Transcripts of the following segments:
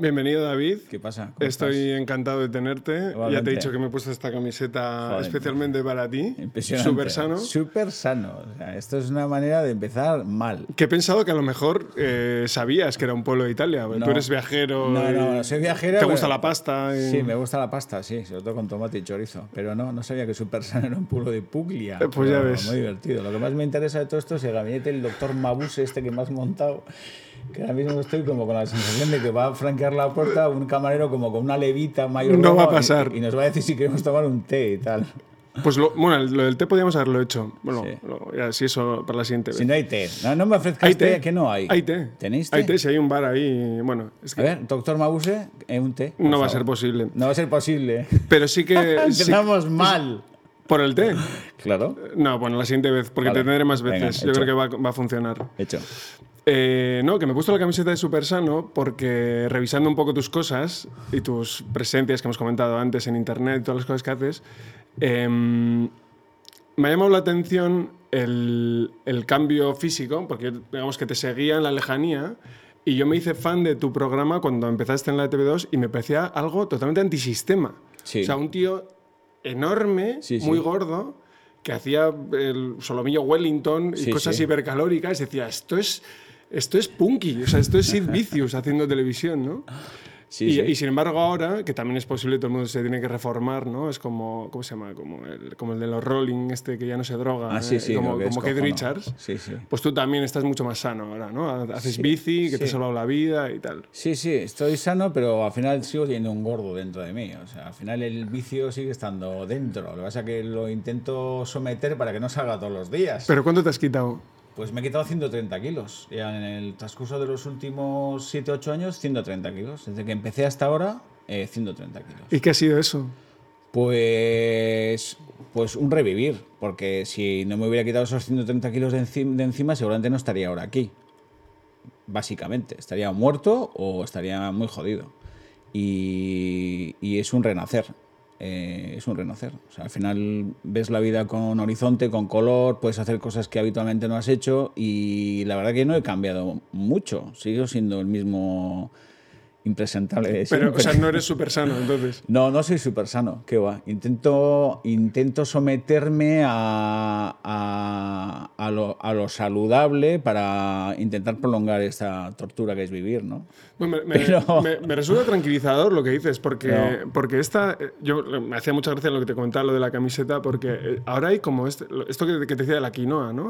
Bienvenido, David. ¿Qué pasa? Estoy encantado de tenerte. Igualmente. Ya te he dicho que me he puesto esta camiseta especialmente para ti. Impresionante. Súper sano. Súper sano. O sea, esto es una manera de empezar mal. Que he pensado que a lo mejor sabías que era un pueblo de Italia. No. Tú eres viajero. No, soy viajero. ¿Te gusta la pasta? Sí, me gusta la pasta, sí, sobre todo con tomate y chorizo. Pero no sabía que Súper sano era un pueblo de Puglia. Pues ya ves. Muy divertido. Lo que más me interesa de todo esto es el gabinete del doctor Mabuse, este que me has montado. Que ahora mismo estoy como con la sensación de que va a franquear la puerta un camarero como con una levita mayor. No va a pasar. Y nos va a decir si queremos tomar un té y tal. Pues lo del té podríamos haberlo hecho. Bueno, Sí. Si eso para la siguiente vez. Si no hay té. No me ofrezcas té, que no hay. Hay té. ¿Tenéis té? Hay té, si hay un bar ahí. Bueno, es que A ver, doctor Mabuse, un té. no va a ser posible. No va a ser posible. Pero sí que... Empezamos mal. ¿Por el té? Claro. No, bueno, la siguiente vez, porque Vale. te tendré más veces. Venga, Yo creo que va a funcionar. Hecho. No, que me he puesto la camiseta de Súper Sano porque revisando un poco tus cosas y tus presencias que hemos comentado antes en internet y todas las cosas que haces, me ha llamado la atención el cambio físico, porque digamos que te seguía en la lejanía y yo me hice fan de tu programa cuando empezaste en la TV2 y me parecía algo totalmente antisistema. Sí. O sea, un tío enorme, Sí. muy gordo, que hacía el solomillo Wellington y cosas hipercalóricas. Decía, esto es punky, o sea, esto es Sid Vicious haciendo televisión, ¿no? Y sin embargo ahora, que también es posible, todo el mundo se tiene que reformar, ¿no? Es como, ¿cómo se llama? Como el de los Rolling, que ya no se droga, como Keith Richards. Sí. Pues tú también estás mucho más sano ahora, ¿no? Haces bici, que te ha salvado la vida y tal. Sí, estoy sano, pero al final sigo teniendo un gordo dentro de mí. O sea, al final el vicio sigue estando dentro. Lo que pasa es que lo intento someter para que no salga todos los días. ¿Pero cuánto te has quitado? Pues me he quitado 130 kilos. Ya en el transcurso de los últimos 7-8 años, 130 kilos. Desde que empecé hasta ahora, 130 kilos. ¿Y qué ha sido eso? Pues un revivir. Porque si no me hubiera quitado esos 130 kilos de encima, seguramente no estaría ahora aquí. Básicamente. Estaría muerto o estaría muy jodido. Y es un renacer. Es un renacer. O sea, al final ves la vida con horizonte, con color, puedes hacer cosas que habitualmente no has hecho y la verdad que no he cambiado mucho. Sigo siendo el mismo impresentable de siempre. Pero, o sea, no eres súper sano, entonces. No soy súper sano, qué va. Intento someterme a lo saludable para intentar prolongar esta tortura que es vivir, ¿no? Bueno, me resulta tranquilizador lo que dices, porque yo me hacía mucha gracia lo que te comentaba, lo de la camiseta, porque ahora hay como esto que te decía de la quinoa, ¿no?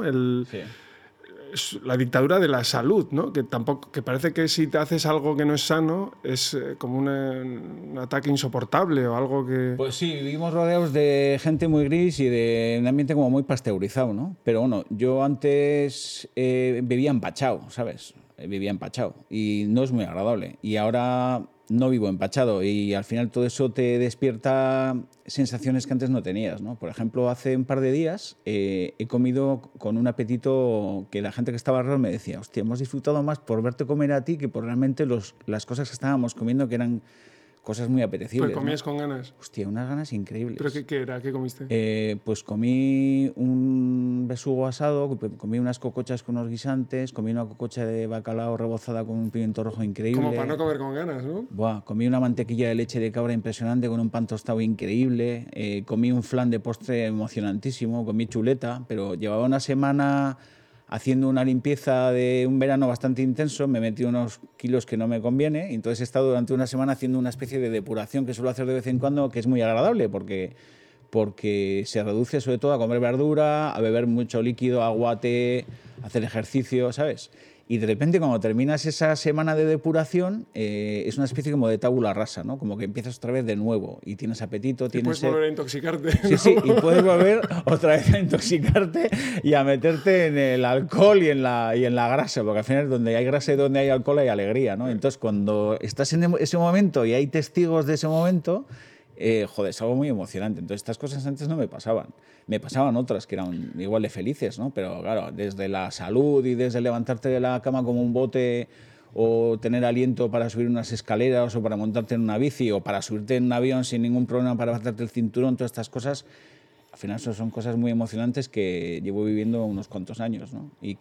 La dictadura de la salud, ¿no? Que parece que si te haces algo que no es sano es como un ataque insoportable o algo que... Pues sí, vivimos rodeados de gente muy gris y de un ambiente como muy pasteurizado, ¿no? Pero bueno, yo antes vivía empachado, ¿sabes? Vivía empachado y no es muy agradable. Y ahora no vivo empachado y al final todo eso te despierta sensaciones que antes no tenías, ¿no? Por ejemplo, hace un par de días he comido con un apetito que la gente que estaba alrededor me decía, hostia, hemos disfrutado más por verte comer a ti que por realmente las cosas que estábamos comiendo, que eran cosas muy apetecibles. Pues comías, ¿no?, con ganas. Hostia, unas ganas increíbles. ¿Pero qué era? ¿Qué comiste? Pues comí un besugo asado, comí unas cocochas con unos guisantes, comí una cococha de bacalao rebozada con un pimiento rojo increíble. Como para no comer con ganas, ¿no? Comí una mantequilla de leche de cabra impresionante con un pan tostado increíble, comí un flan de postre emocionantísimo, comí chuleta, pero llevaba una semana haciendo una limpieza de un verano bastante intenso, me metí unos kilos que no me conviene, y entonces he estado durante una semana haciendo una especie de depuración que suelo hacer de vez en cuando, que es muy agradable porque se reduce sobre todo a comer verdura, a beber mucho líquido, agua, té, hacer ejercicio, ¿sabes? Y de repente cuando terminas esa semana de depuración es una especie como de tabula rasa, ¿no? Como que empiezas otra vez de nuevo y tienes apetito, tienes puedes volver a intoxicarte, ¿no? Sí, y puedes volver otra vez a intoxicarte y a meterte en el alcohol y en la grasa, porque al final donde hay grasa y donde hay alcohol hay alegría, ¿no? Entonces cuando estás en ese momento y hay testigos de ese momento, es algo muy emocionante. Entonces estas cosas antes no me pasaban. Me pasaban otras que eran igual de felices, ¿no? Pero claro, desde la salud y desde levantarte de la cama como un bote o tener aliento para subir unas escaleras o para montarte en una bici o para subirte en un avión sin ningún problema para bajarte el cinturón, todas estas cosas al final son cosas muy emocionantes que llevo viviendo unos cuantos años, ¿no? Y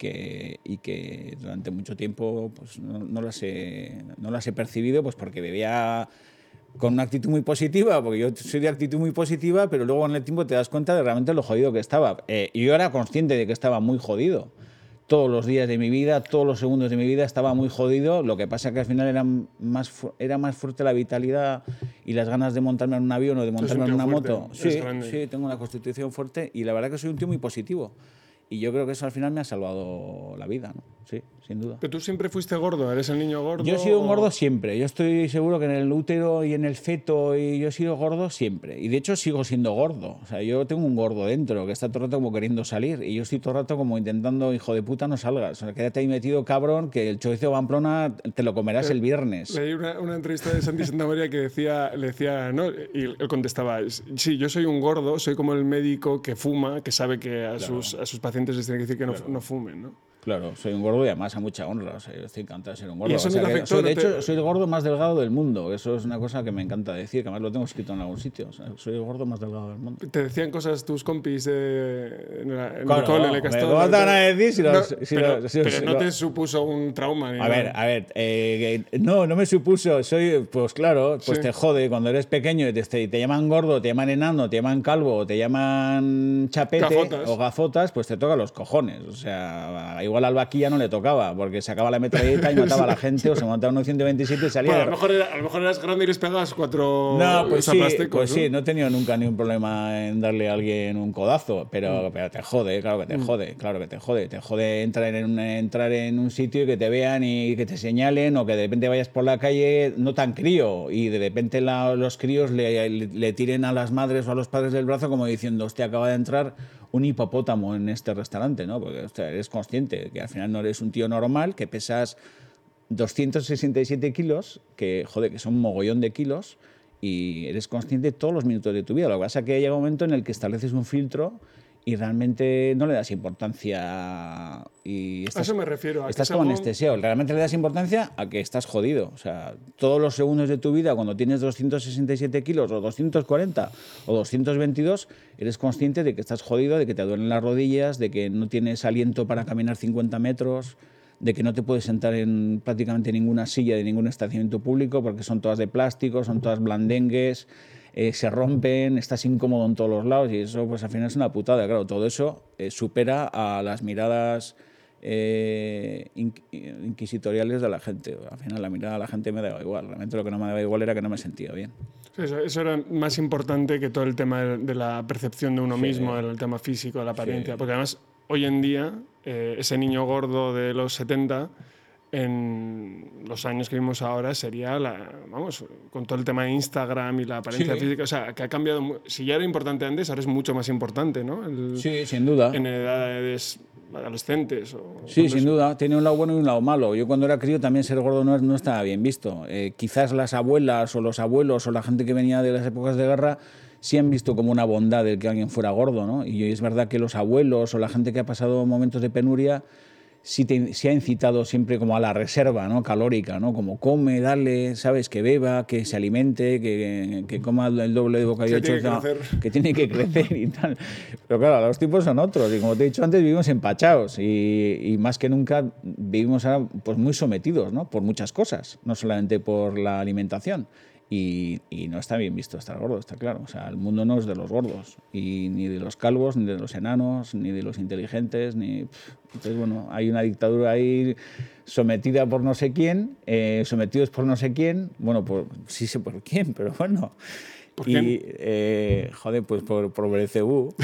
que durante mucho tiempo pues, no las he percibido pues porque bebía con una actitud muy positiva, porque yo soy de actitud muy positiva, pero luego en el tiempo te das cuenta de realmente lo jodido que estaba. Y yo era consciente de que estaba muy jodido. Todos los días de mi vida, todos los segundos de mi vida estaba muy jodido. Lo que pasa es que al final era más fuerte la vitalidad y las ganas de montarme en un avión o de montarme en una moto. Sí, tengo una constitución fuerte y la verdad que soy un tío muy positivo. Y yo creo que eso al final me ha salvado la vida, ¿no? Sí, sin duda. ¿Pero tú siempre fuiste gordo? ¿Eres el niño gordo? Yo he sido un gordo siempre. Yo estoy seguro que en el útero y en el feto yo he sido gordo siempre. Y de hecho sigo siendo gordo. O sea, yo tengo un gordo dentro que está todo el rato como queriendo salir. Y yo estoy todo el rato como intentando, hijo de puta, no salgas. O sea, quédate ahí metido, cabrón, que el chorizo de Pamplona te lo comerás el viernes. Leí una entrevista de Santi Santamaría que le decía, ¿no? Y él contestaba, sí, yo soy un gordo, soy como el médico que fuma, que sabe que a sus pacientes les tiene que decir que no fumen, ¿no? Claro, soy un gordo y además a mucha honra. O sea, yo estoy encantado de ser un gordo. ¿Y eso no te afectó? De hecho, soy el gordo más delgado del mundo. Eso es una cosa que me encanta decir, que además lo tengo escrito en algún sitio. O sea, soy el gordo más delgado del mundo. ¿Te decían cosas tus compis en el cole, en el Castor? ¿Cómo te van a decir? Pero no te supuso un trauma. A ver, no me supuso. Pues claro, pues te jode. Cuando eres pequeño y te llaman gordo, te llaman enano, te llaman calvo, te llaman chapete o gafotas, pues te toca los cojones. O sea, igual al vaquilla no le tocaba, porque sacaba la metralleta y mataba a la gente, o se montaba uno 127 y salía. Bueno, a lo mejor eras grande y les pegabas 4 pues sí, no he tenido nunca ni un problema en darle a alguien un codazo, pero te jode, claro que te jode, Te jode entrar en un sitio y que te vean y que te señalen, o que de repente vayas por la calle, no tan crío, y de repente los críos le tiren a las madres o a los padres del brazo como diciendo, hostia, acaba de entrar un hipopótamo en este restaurante, ¿no? Porque hostia, eres consciente que al final no eres un tío normal, que pesas 267 kilos, que son un mogollón de kilos, y eres consciente todos los minutos de tu vida. Lo que pasa es que llega un momento en el que estableces un filtro y realmente no le das importancia y a eso me refiero. Estás como anestesiado. Realmente le das importancia a que estás jodido. O sea, todos los segundos de tu vida, cuando tienes 267 kilos o 240 o 222, eres consciente de que estás jodido, de que te duelen las rodillas, de que no tienes aliento para caminar 50 metros, de que no te puedes sentar en prácticamente ninguna silla de ningún estacionamiento público porque son todas de plástico, son todas blandengues, se rompen, estás incómodo en todos los lados y eso pues al final es una putada. Claro, todo eso supera a las miradas inquisitoriales de la gente. Al final la mirada de la gente me daba igual. Realmente lo que no me daba igual era que no me sentía bien. Eso era más importante que todo el tema de la percepción de uno mismo, el tema físico, de la apariencia. Porque además, hoy en día, ese niño gordo de los 70... en los años que vimos ahora sería con todo el tema de Instagram y la apariencia física, o sea, que ha cambiado. Si ya era importante antes, ahora es mucho más importante, ¿no? Sí, sin duda. En edades adolescentes. Sí, sin duda. Tiene un lado bueno y un lado malo. Yo cuando era crío también ser gordo no estaba bien visto. Quizás las abuelas o los abuelos o la gente que venía de las épocas de guerra sí han visto como una bondad el que alguien fuera gordo, ¿no? Y es verdad que los abuelos o la gente que ha pasado momentos de penuria sí ha incitado siempre como a la reserva, ¿no? Calórica, ¿no? Como come, dale, ¿sabes? Que beba, que se alimente, que coma el doble de bocadillo de choza, que tiene que crecer y tal. Pero claro, los tipos son otros y como te he dicho antes, vivimos empachados y más que nunca vivimos ahora pues muy sometidos, ¿no? Por muchas cosas, no solamente por la alimentación. Y no está bien visto estar gordo, está claro. O sea, el mundo no es de los gordos, y ni de los calvos, ni de los enanos, ni de los inteligentes, Entonces, bueno, hay una dictadura ahí sometida por no sé quién, sometidos por no sé quién, bueno, sí sé por quién, pero bueno. ¿Por qué? Pues por Belcebú.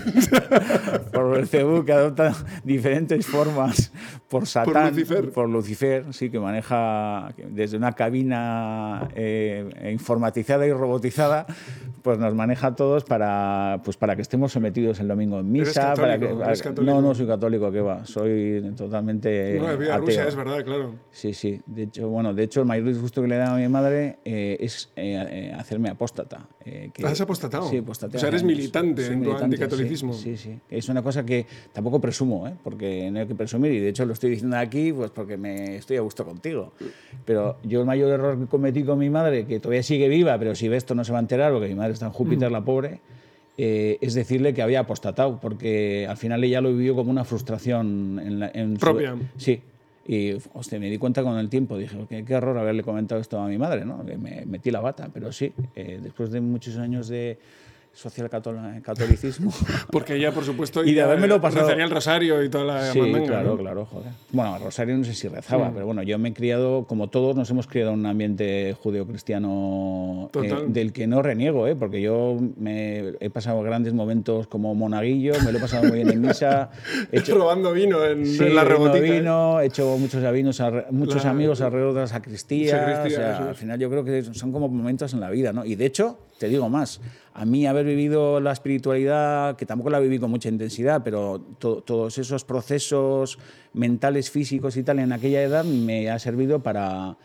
Por Belcebú, que adopta diferentes formas. Por Satán. Por Lucifer, sí, que maneja desde una cabina informatizada y robotizada, pues nos maneja a todos para que estemos sometidos el domingo en misa. ¿Eres católico? No soy católico, ¿qué va? Soy totalmente ateo. Rusia, es verdad, claro. Sí. De hecho, el mayor disgusto que le da a mi madre es hacerme apóstata. ¿Has apostatado? Sí, apostaté. O sea, eres militante en tu anticatolicismo. Sí. Es una cosa que tampoco presumo, porque no hay que presumir, y de hecho lo estoy diciendo aquí pues porque estoy a gusto contigo. Pero yo el mayor error que cometí con mi madre, que todavía sigue viva, pero si ve esto no se va a enterar, porque mi madre está en Júpiter, la pobre, es decirle que había apostatado, porque al final ella lo vivió como una frustración propia. Sí. Y hostia, me di cuenta con el tiempo, dije, qué error haberle comentado esto a mi madre, ¿no? Que me metí la bata, pero sí, después de muchos años de social catolicismo. Porque ella, por supuesto, y de habérmelo pasado. Rezaría el rosario y toda la sí, mandanga, claro, ¿no? claro, joder. Bueno, el rosario no sé si rezaba, pero bueno, yo me he criado, como todos, nos hemos criado en un ambiente judeocristiano del que no reniego, porque yo he pasado grandes momentos como monaguillo, me lo he pasado muy bien en misa. Robando vino en la rebotica. He hecho muchos amigos alrededor de la sacristía. O sea, al final yo creo que son como momentos en la vida, ¿no? Y de hecho, te digo más, a mí haber vivido la espiritualidad, que tampoco la viví con mucha intensidad, pero todos esos procesos mentales, físicos y tal en aquella edad me ha servido para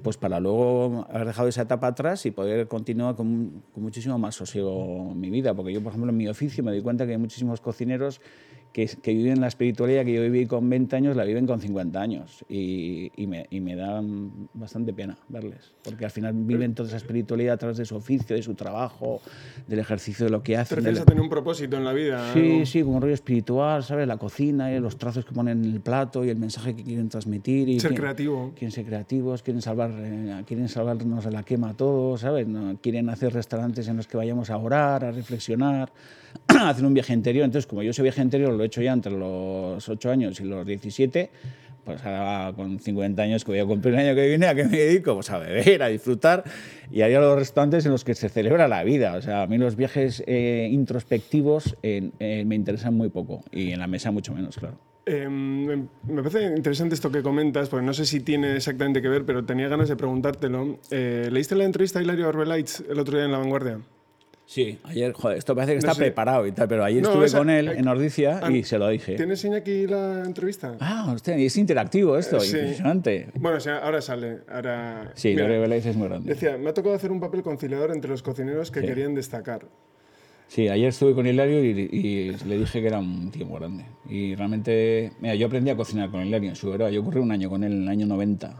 luego haber dejado esa etapa atrás y poder continuar con muchísimo más sosiego mi vida. Porque yo, por ejemplo, en mi oficio me doy cuenta que hay muchísimos cocineros que viven la espiritualidad que yo viví con 20 años, la viven con 50 años. Y me da bastante pena verles. Porque al final viven toda esa espiritualidad a través de su oficio, de su trabajo, del ejercicio de lo que hacen. ¿Te refieres a tener un propósito en la vida? Sí, sí, como un rollo espiritual, ¿sabes? La cocina, los trazos que ponen en el plato y el mensaje que quieren transmitir. Y ser creativo. Quieren ser creativos, quieren salvarnos de la quema a todos, ¿sabes? No, quieren hacer restaurantes en los que vayamos a orar, a reflexionar, a hacer un viaje interior. Entonces, como yo ese viaje interior lo he hecho ya entre los 8 años y los 17, pues ahora con 50 años que voy a cumplir el año que viene, ¿a qué me dedico? Pues a beber, a disfrutar y a ir a los restaurantes en los que se celebra la vida. O sea, a mí los viajes introspectivos me interesan muy poco y en la mesa mucho menos, claro. Me parece interesante esto que comentas, porque no sé si tiene exactamente que ver, pero tenía ganas de preguntártelo. ¿Leíste la entrevista a Hilario Arbelaitz el otro día en La Vanguardia? Sí, ayer, joder, esto parece que está preparado y tal, pero ayer estuve con él en Ordicia y se lo dije. ¿Tienes aquí la entrevista? Ah, hostia, y es interactivo esto, impresionante. Bueno, o sea, ahora sale. Sí, Hilario Arbelaitz es muy grande. Decía, me ha tocado hacer un papel conciliador entre los cocineros que querían destacar. Sí, ayer estuve con Hilario y le dije que era un tío muy grande. Y realmente, mira, yo aprendí a cocinar con Hilario en Suberoa. Yo ocurrí un año con él en el año 90.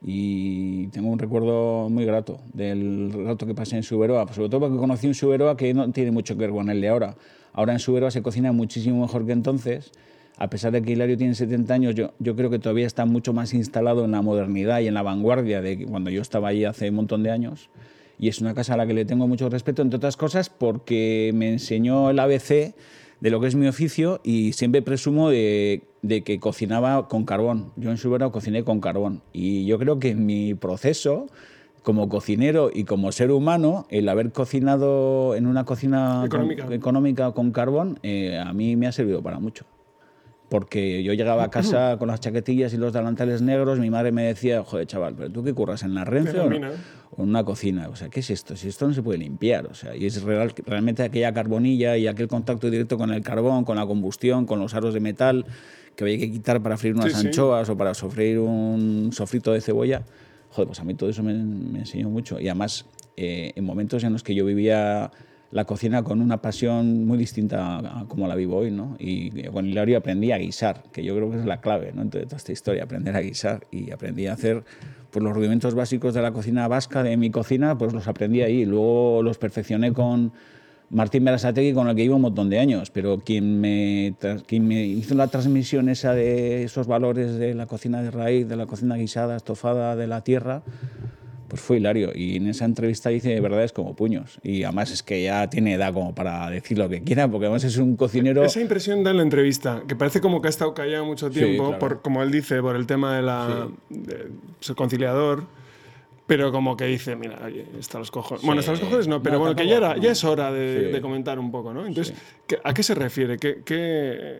Y tengo un recuerdo muy grato del rato que pasé en Suberoa, sobre todo porque conocí un Suberoa que no tiene mucho que ver con el de ahora. Ahora en Suberoa se cocina muchísimo mejor que entonces. A pesar de que Hilario tiene 70 años, yo creo que todavía está mucho más instalado en la modernidad y en la vanguardia de cuando yo estaba allí hace un montón de años. Y es una casa a la que le tengo mucho respeto, entre otras cosas, porque me enseñó el ABC de lo que es mi oficio y siempre presumo de que cocinaba con carbón. Yo en Suberoa cociné con carbón y yo creo que en mi proceso como cocinero y como ser humano, el haber cocinado en una cocina económica con carbón, a mí me ha servido para mucho. Porque yo llegaba a casa con las chaquetillas y los delantales negros, mi madre me decía, joder, chaval, ¿pero tú qué curras en la Renfe o en una cocina? O sea, ¿qué es esto? Si esto no se puede limpiar. O sea, y es realmente aquella carbonilla y aquel contacto directo con el carbón, con la combustión, con los aros de metal que había que quitar para freír unas anchoas o para sofreír un sofrito de cebolla. Joder, pues a mí todo eso me enseñó mucho. Y además, en momentos en los que yo vivía la cocina con una pasión muy distinta a como la vivo hoy, ¿no? Y con Hilario aprendí a guisar, que yo creo que es la clave, ¿no?, de toda esta historia, aprender a guisar. Y aprendí a hacer pues, los rudimentos básicos de la cocina vasca, de mi cocina, pues los aprendí ahí. Luego los perfeccioné con Martín Berasategui, con el que llevo un montón de años, pero quien me hizo la transmisión esa de esos valores de la cocina de raíz, de la cocina guisada, estofada, de la tierra, pues fue Hilario. Y en esa entrevista dice verdades como puños. Y además es que ya tiene edad como para decir lo que quiera, porque además es un cocinero... Esa impresión da en la entrevista, que parece como que ha estado callado mucho tiempo, sí, claro. Como él dice, por el tema de ser conciliador, pero como que dice, mira, oye, está los cojones. Sí. Bueno, está los cojones no, pero no, bueno, que ya es hora de comentar un poco, ¿no? Entonces, ¿a qué se refiere? ¿Qué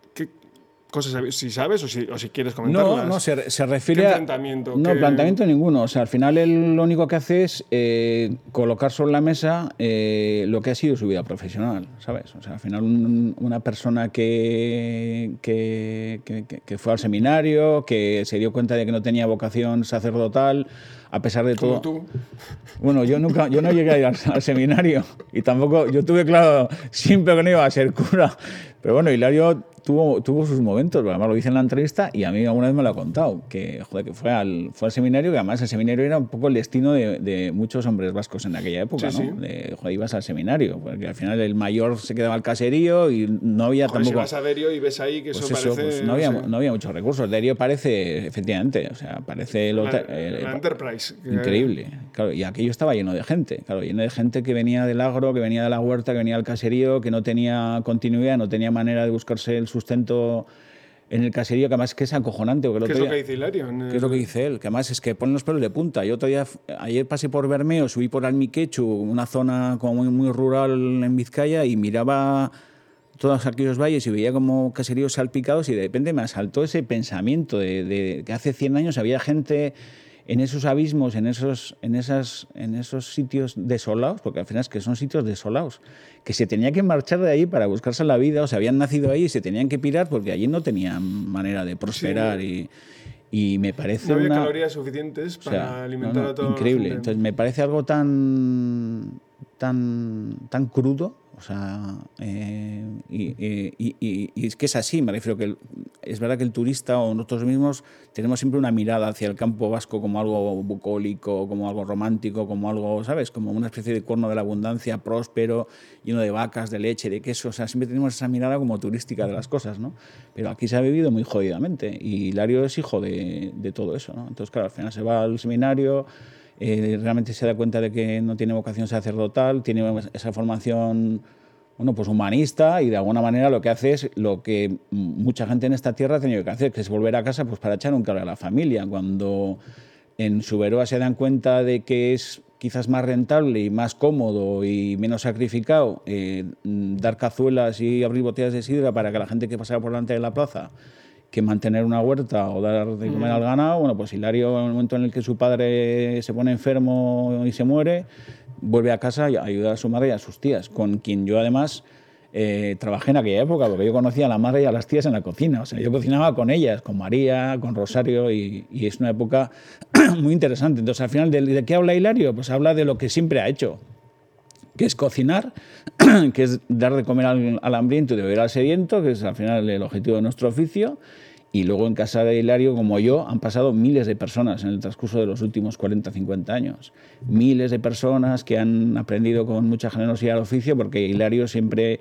cosas, si sabes o si quieres comentarlas? No, se refiere a... planteamiento? No, planteamiento ninguno. O sea, al final él lo único que hace es colocar sobre la mesa lo que ha sido su vida profesional, ¿sabes? O sea, al final una persona que fue al seminario, que se dio cuenta de que no tenía vocación sacerdotal, a pesar de todo... Como tú. Bueno, yo no llegué a ir al seminario y tampoco... Yo tuve claro siempre que no iba a ser cura. Pero bueno, Hilario tuvo sus momentos, además lo dice en la entrevista y a mí alguna vez me lo ha contado, que, joder, que fue al seminario, que además el seminario era un poco el destino de muchos hombres vascos en aquella época, Sí, ¿no? sí. De, joder, ibas al seminario, porque al final el mayor se quedaba al caserío y no había Joder, tampoco... si vas a Derio y ves ahí que Pues eso parece... pues no había muchos recursos. Derio parece, efectivamente, o sea, parece la Enterprise. Increíble. Claro, y aquello estaba lleno de gente, claro, lleno de gente que venía del agro, que venía de la huerta, que venía del caserío, que no tenía continuidad, no tenía manera de buscarse el sustento en el caserío, que además que es acojonante. ¿Qué es lo que dice Hilario? ¿Qué es lo que dice él? Que además es que ponen los pelos de punta. Yo ayer pasé por Bermeo, subí por Almiquechu, una zona como muy, muy rural en Vizcaya, y miraba todos aquellos valles y veía como caseríos salpicados y de repente me asaltó ese pensamiento de que hace 100 años había gente en esos abismos, en esos sitios desolados, porque al final es que son sitios desolados, que se tenía que marchar de ahí para buscarse la vida, o sea, habían nacido ahí y se tenían que pirar porque allí no tenían manera de prosperar. Sí. Y me parece no había calorías suficientes para alimentar a toda increíble. La gente. Entonces me parece algo tan crudo, o sea, y es que es así. Me refiero que es verdad que el turista o nosotros mismos tenemos siempre una mirada hacia el campo vasco como algo bucólico, como algo romántico, como algo, ¿sabes? Como una especie de cuerno de la abundancia, próspero, lleno de vacas, de leche, de queso. O sea, siempre tenemos esa mirada como turística de las cosas, ¿no? Pero aquí se ha vivido muy jodidamente y Hilario es hijo de todo eso, ¿no? Entonces, claro, al final se va al seminario, realmente se da cuenta de que no tiene vocación sacerdotal, tiene esa formación, bueno, pues humanista, y de alguna manera lo que hace es lo que mucha gente en esta tierra ha tenido que hacer, que es volver a casa pues para echar un cable a la familia. Cuando en Suberoa se dan cuenta de que es quizás más rentable y más cómodo y menos sacrificado dar cazuelas y abrir botellas de sidra para que la gente que pasaba por delante de la plaza, que mantener una huerta o dar de comer al ganado, bueno, pues Hilario, en el momento en el que su padre se pone enfermo y se muere, vuelve a casa y ayuda a su madre y a sus tías, con quien yo además trabajé en aquella época, porque yo conocía a la madre y a las tías en la cocina. O sea, yo cocinaba con ellas, con María, con Rosario, y es una época muy interesante. Entonces, al final, ¿de qué habla Hilario? Pues habla de lo que siempre ha hecho, que es cocinar, que es dar de comer al hambriento y de beber al sediento, que es al final el objetivo de nuestro oficio. Y luego en casa de Hilario, como yo, han pasado miles de personas en el transcurso de los últimos 40, 50 años. Miles de personas que han aprendido con mucha generosidad el oficio, porque Hilario siempre,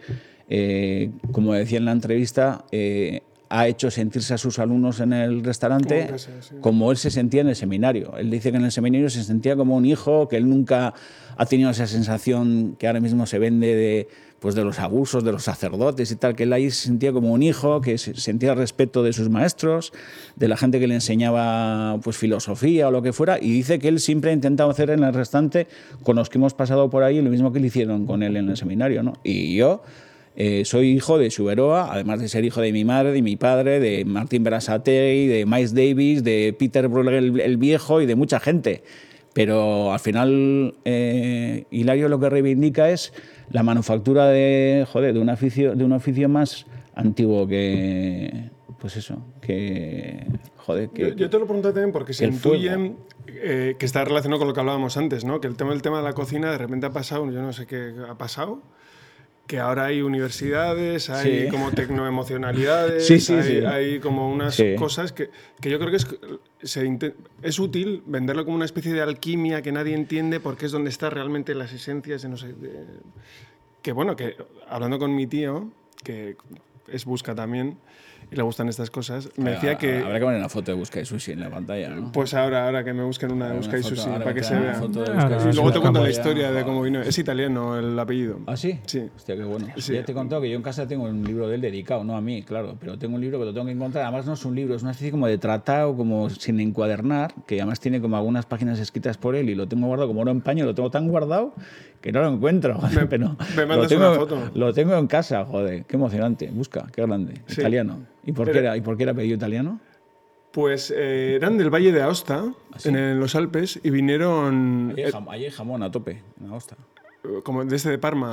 como decía en la entrevista, ha hecho sentirse a sus alumnos en el restaurante como él se sentía en el seminario. Él dice que en el seminario se sentía como un hijo, que él nunca ha tenido esa sensación que ahora mismo se vende de los abusos de los sacerdotes y tal, que él ahí se sentía como un hijo, que sentía el respeto de sus maestros, de la gente que le enseñaba pues filosofía o lo que fuera, y dice que él siempre ha intentado hacer en el restaurante con los que hemos pasado por ahí lo mismo que le hicieron con él en el seminario, ¿no? Y yo soy hijo de Suberoa, además de ser hijo de mi madre, de mi padre, de Martín Berasategui, de Miles Davis, de Peter Bruegel el viejo y de mucha gente. Pero al final Hilario lo que reivindica es la manufactura de un oficio más antiguo que, pues eso, que, joder, que... Yo te lo pregunto también porque se intuye que está relacionado con lo que hablábamos antes, ¿no? Que el tema de la cocina de repente ha pasado, yo no sé qué ha pasado, que ahora hay universidades, hay como tecnoemocionalidades, hay como unas cosas que yo creo que es útil venderlo como una especie de alquimia que nadie entiende porque es donde están realmente las esencias de no sé... que bueno, que hablando con mi tío, que es Busca también, y le gustan estas cosas, me decía que... Habrá que poner una foto de Busca y Sushi en la pantalla, ¿no? Pues ahora que me busquen una de Busca y Sushi para que se vea. Y luego te cuento la historia de cómo vino. Es italiano el apellido. ¿Ah, sí? Sí. Hostia, qué bueno. Sí. Ya te he contado que yo en casa tengo un libro de él dedicado, no a mí, claro, pero tengo un libro que lo tengo que encontrar. Además no es un libro, es una especie como de tratado, como sin encuadernar, que además tiene como algunas páginas escritas por él y lo tengo guardado como oro en paño, lo tengo tan guardado que no lo encuentro. Me mandas una foto. Lo tengo en casa, joder, qué emocionante. Busca, qué grande. Sí. Italiano. ¿Y por qué era apellido italiano? Pues eran del Valle de Aosta, en los Alpes, y vinieron... Allí hay jamón a tope, en Aosta. Como de Parma.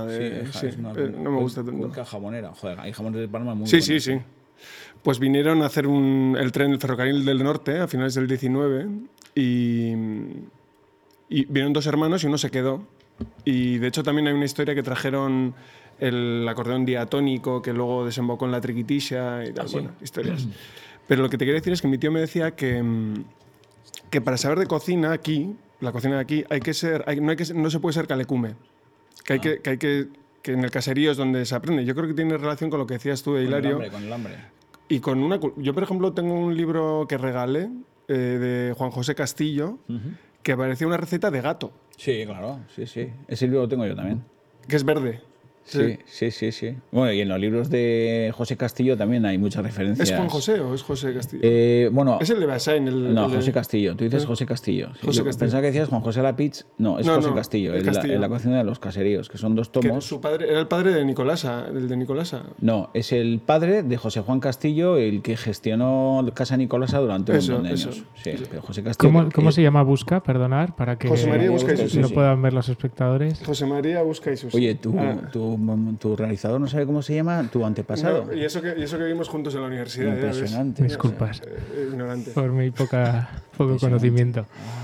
No me gusta tanto. Cuenca jamonera. Joder, hay jamones de Parma muy buenos. Sí. Pues vinieron a hacer el ferrocarril del norte a finales del 19 y vinieron dos hermanos y uno se quedó. Y de hecho también hay una historia que trajeron el acordeón diatónico que luego desembocó en la triquitisha y tal, bueno, historias. Pero lo que te quería decir es que mi tío me decía que para saber de cocina aquí, la cocina de aquí, no se puede ser calecume. Que en el caserío es donde se aprende. Yo creo que tiene relación con lo que decías tú de Hilario. Con el hambre. Y yo, por ejemplo, tengo un libro que regalé de Juan José Castillo que parecía una receta de gato. Sí, claro, sí. Ese libro lo tengo yo también. Que es verde. Sí. Bueno, y en los libros de José Castillo también hay muchas referencias. ¿Es Juan José o es José Castillo? Bueno, es el de Basain. No, José Castillo. Tú dices José Castillo. Sí, José Castillo. Pensaba que decías Juan José Lapitz. No, es José Castillo. En la cocina de los caseríos, que son 2 tomos. Su padre era el padre de Nicolasa, el de Nicolasa. No, es el padre de José Juan Castillo, el que gestionó Casa Nicolasa durante un montón de años. Sí, pero José Castillo. ¿Cómo se llama Busca? Perdonar, para que José María Busca y Susi. lo puedan ver los espectadores. José María Busca y Susi. Oye, tu realizador no sabe cómo se llama, tu antepasado. No, y eso que vimos juntos en la universidad. Impresionante. Disculpas ignorante. por mi poco conocimiento.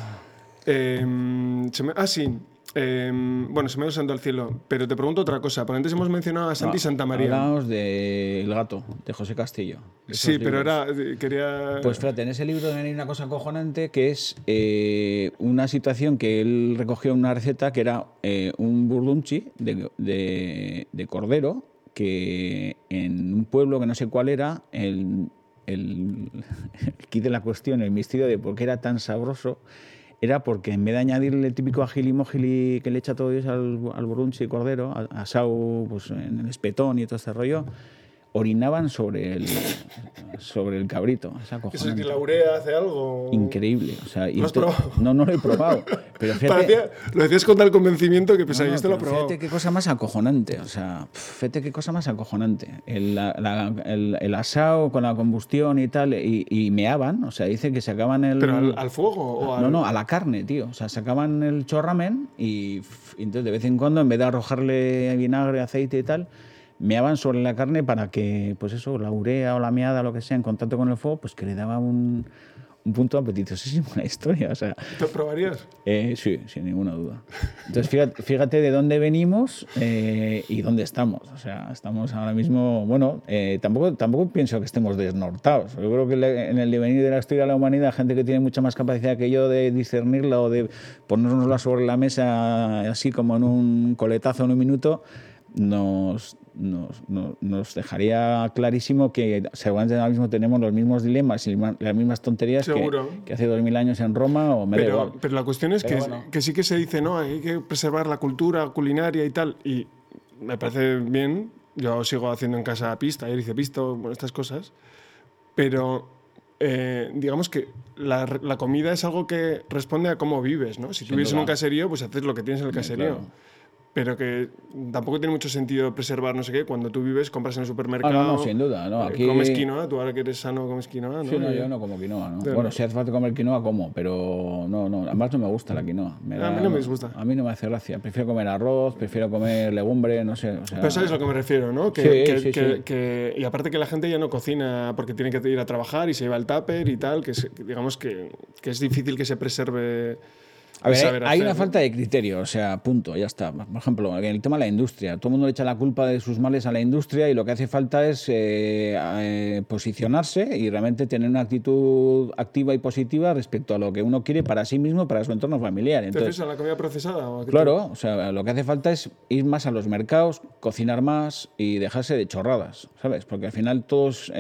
Sí. Bueno, se me ha ido santo al cielo, pero te pregunto otra cosa. Porque antes hemos mencionado a Santi Santa María. Hablamos de El gato, de José Castillo. Sí, pero quería... Pues fíjate, en ese libro también hay una cosa acojonante que es una situación que él recogió en una receta que era un burdunchi de cordero que en un pueblo que no sé cuál era, el kit de la cuestión, el misterio de por qué era tan sabroso, era porque en vez de añadirle el típico ajili que le echa todo Dios al burrunchi cordero, asado pues, en el espetón y todo este rollo, orinaban sobre el cabrito. ¿Eso es que la urea hace algo? Increíble. O sea, ¿Lo has probado? No lo he probado. Pero fíjate, lo decías con tal convencimiento que pensaba, esto lo he probado. Fíjate qué cosa más acojonante. O sea, El asado con la combustión y tal, y meaban. O sea, dice que sacaban el... ¿Pero al fuego? O No, a la carne, tío. O sea, sacaban el chorramen y entonces de vez en cuando, en vez de arrojarle vinagre, aceite y tal, meaban sobre la carne para que, pues eso, la urea o la meada, lo que sea, en contacto con el fuego, pues que le daba un punto apetitosísimo a la historia. O sea, ¿te probarías? Sí, sin ninguna duda. Entonces, fíjate de dónde venimos y dónde estamos. O sea, estamos ahora mismo... Bueno, tampoco pienso que estemos desnortados. Yo creo que en el devenir de la historia de la humanidad, gente que tiene mucha más capacidad que yo de discernirla o de ponérnosla sobre la mesa así como en un coletazo en un minuto, nos dejaría clarísimo que seguramente ahora mismo tenemos los mismos dilemas y las mismas tonterías que hace 2000 años en Roma o pero la cuestión es que sí que se dice, no, hay que preservar la cultura culinaria y tal, y me parece bien. Yo sigo haciendo en casa pista, ayer hice pisto, bueno, estas cosas, pero digamos que la comida es algo que responde a cómo vives, ¿no? Si tú vives en un caserío, pues haces lo que tienes en el caserío. Claro. Pero que tampoco tiene mucho sentido preservar no sé qué. Cuando tú vives, compras en el supermercado. No, sin duda. No, aquí... Comes quinoa. Tú ahora que eres sano comes quinoa, ¿no? Sí, no, yo no como quinoa, ¿no? Bueno, si hace falta comer quinoa, como. Pero no. Además no me gusta la quinoa. A mí no me disgusta. A mí no me hace gracia. Prefiero comer arroz, prefiero comer legumbre, no sé. O sea... Pero sabes a lo que me refiero, ¿no? Sí. Y aparte que la gente ya no cocina porque tiene que ir a trabajar y se lleva el tupper y tal, digamos que es difícil que se preserve... A ver, hay una falta de criterio, o sea, punto, ya está. Por ejemplo, en el tema de la industria, todo el mundo le echa la culpa de sus males a la industria y lo que hace falta es posicionarse y realmente tener una actitud activa y positiva respecto a lo que uno quiere para sí mismo, para su entorno familiar. Entonces, ¿te refieres a la comida procesada? Claro, o sea, lo que hace falta es ir más a los mercados, cocinar más y dejarse de chorradas, ¿sabes? Porque al final todos...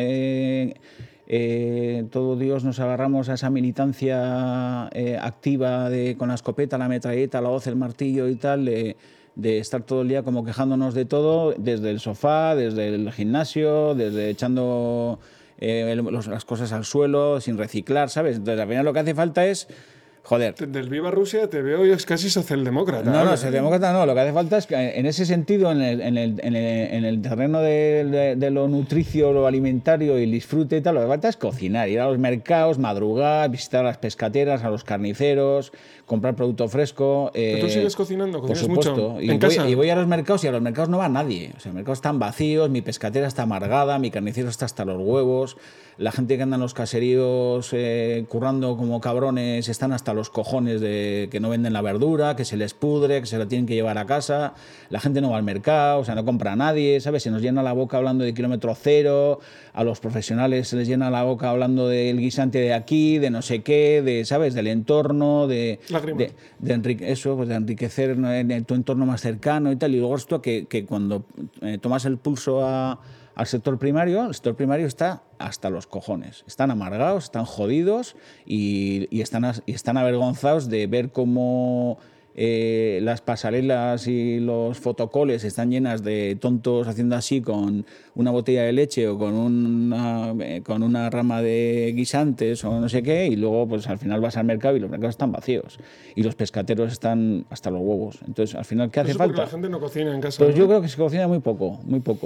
todo Dios nos agarramos a esa militancia activa con la escopeta, la metralleta, la hoz, el martillo y tal, de estar todo el día como quejándonos de todo, desde el sofá, desde el gimnasio, desde echando las cosas al suelo, sin reciclar, ¿sabes? Entonces al final lo que hace falta es... Joder. Del Viva Rusia te veo yo casi socialdemócrata. No, socialdemócrata no. Lo que hace falta es que en ese sentido, en el terreno de lo nutricio, lo alimentario y el disfrute y tal, lo que falta es cocinar, ir a los mercados, madrugar, visitar a las pescateras, a los carniceros, comprar producto fresco. ¿Pero tú sigues cocinando? Por supuesto. Mucho? Y voy a los mercados y a los mercados no va nadie. O sea, los mercados están vacíos, mi pescatera está amargada, mi carnicero está hasta los huevos, la gente que anda en los caseríos currando como cabrones están hasta hasta los cojones de que no venden la verdura, que se les pudre, que se la tienen que llevar a casa, la gente no va al mercado, o sea, no compra a nadie, ¿sabes? Se nos llena la boca hablando de kilómetro cero, a los profesionales se les llena la boca hablando del guisante de aquí, de no sé qué, de, ¿sabes? Del entorno, de enriquecer en tu entorno más cercano y tal, y luego esto que cuando tomas el pulso al sector primario, el sector primario está hasta los cojones. Están amargados, están jodidos y están avergonzados de ver cómo las pasarelas y los fotocoles están llenas de tontos haciendo así con una botella de leche o con una rama de guisantes o no sé qué, y luego pues al final vas al mercado y los mercados están vacíos y los pescateros están hasta los huevos. Entonces, al final, ¿qué hace falta? Porque la gente no cocina en casa. Pues ¿no? yo creo que se cocina muy poco.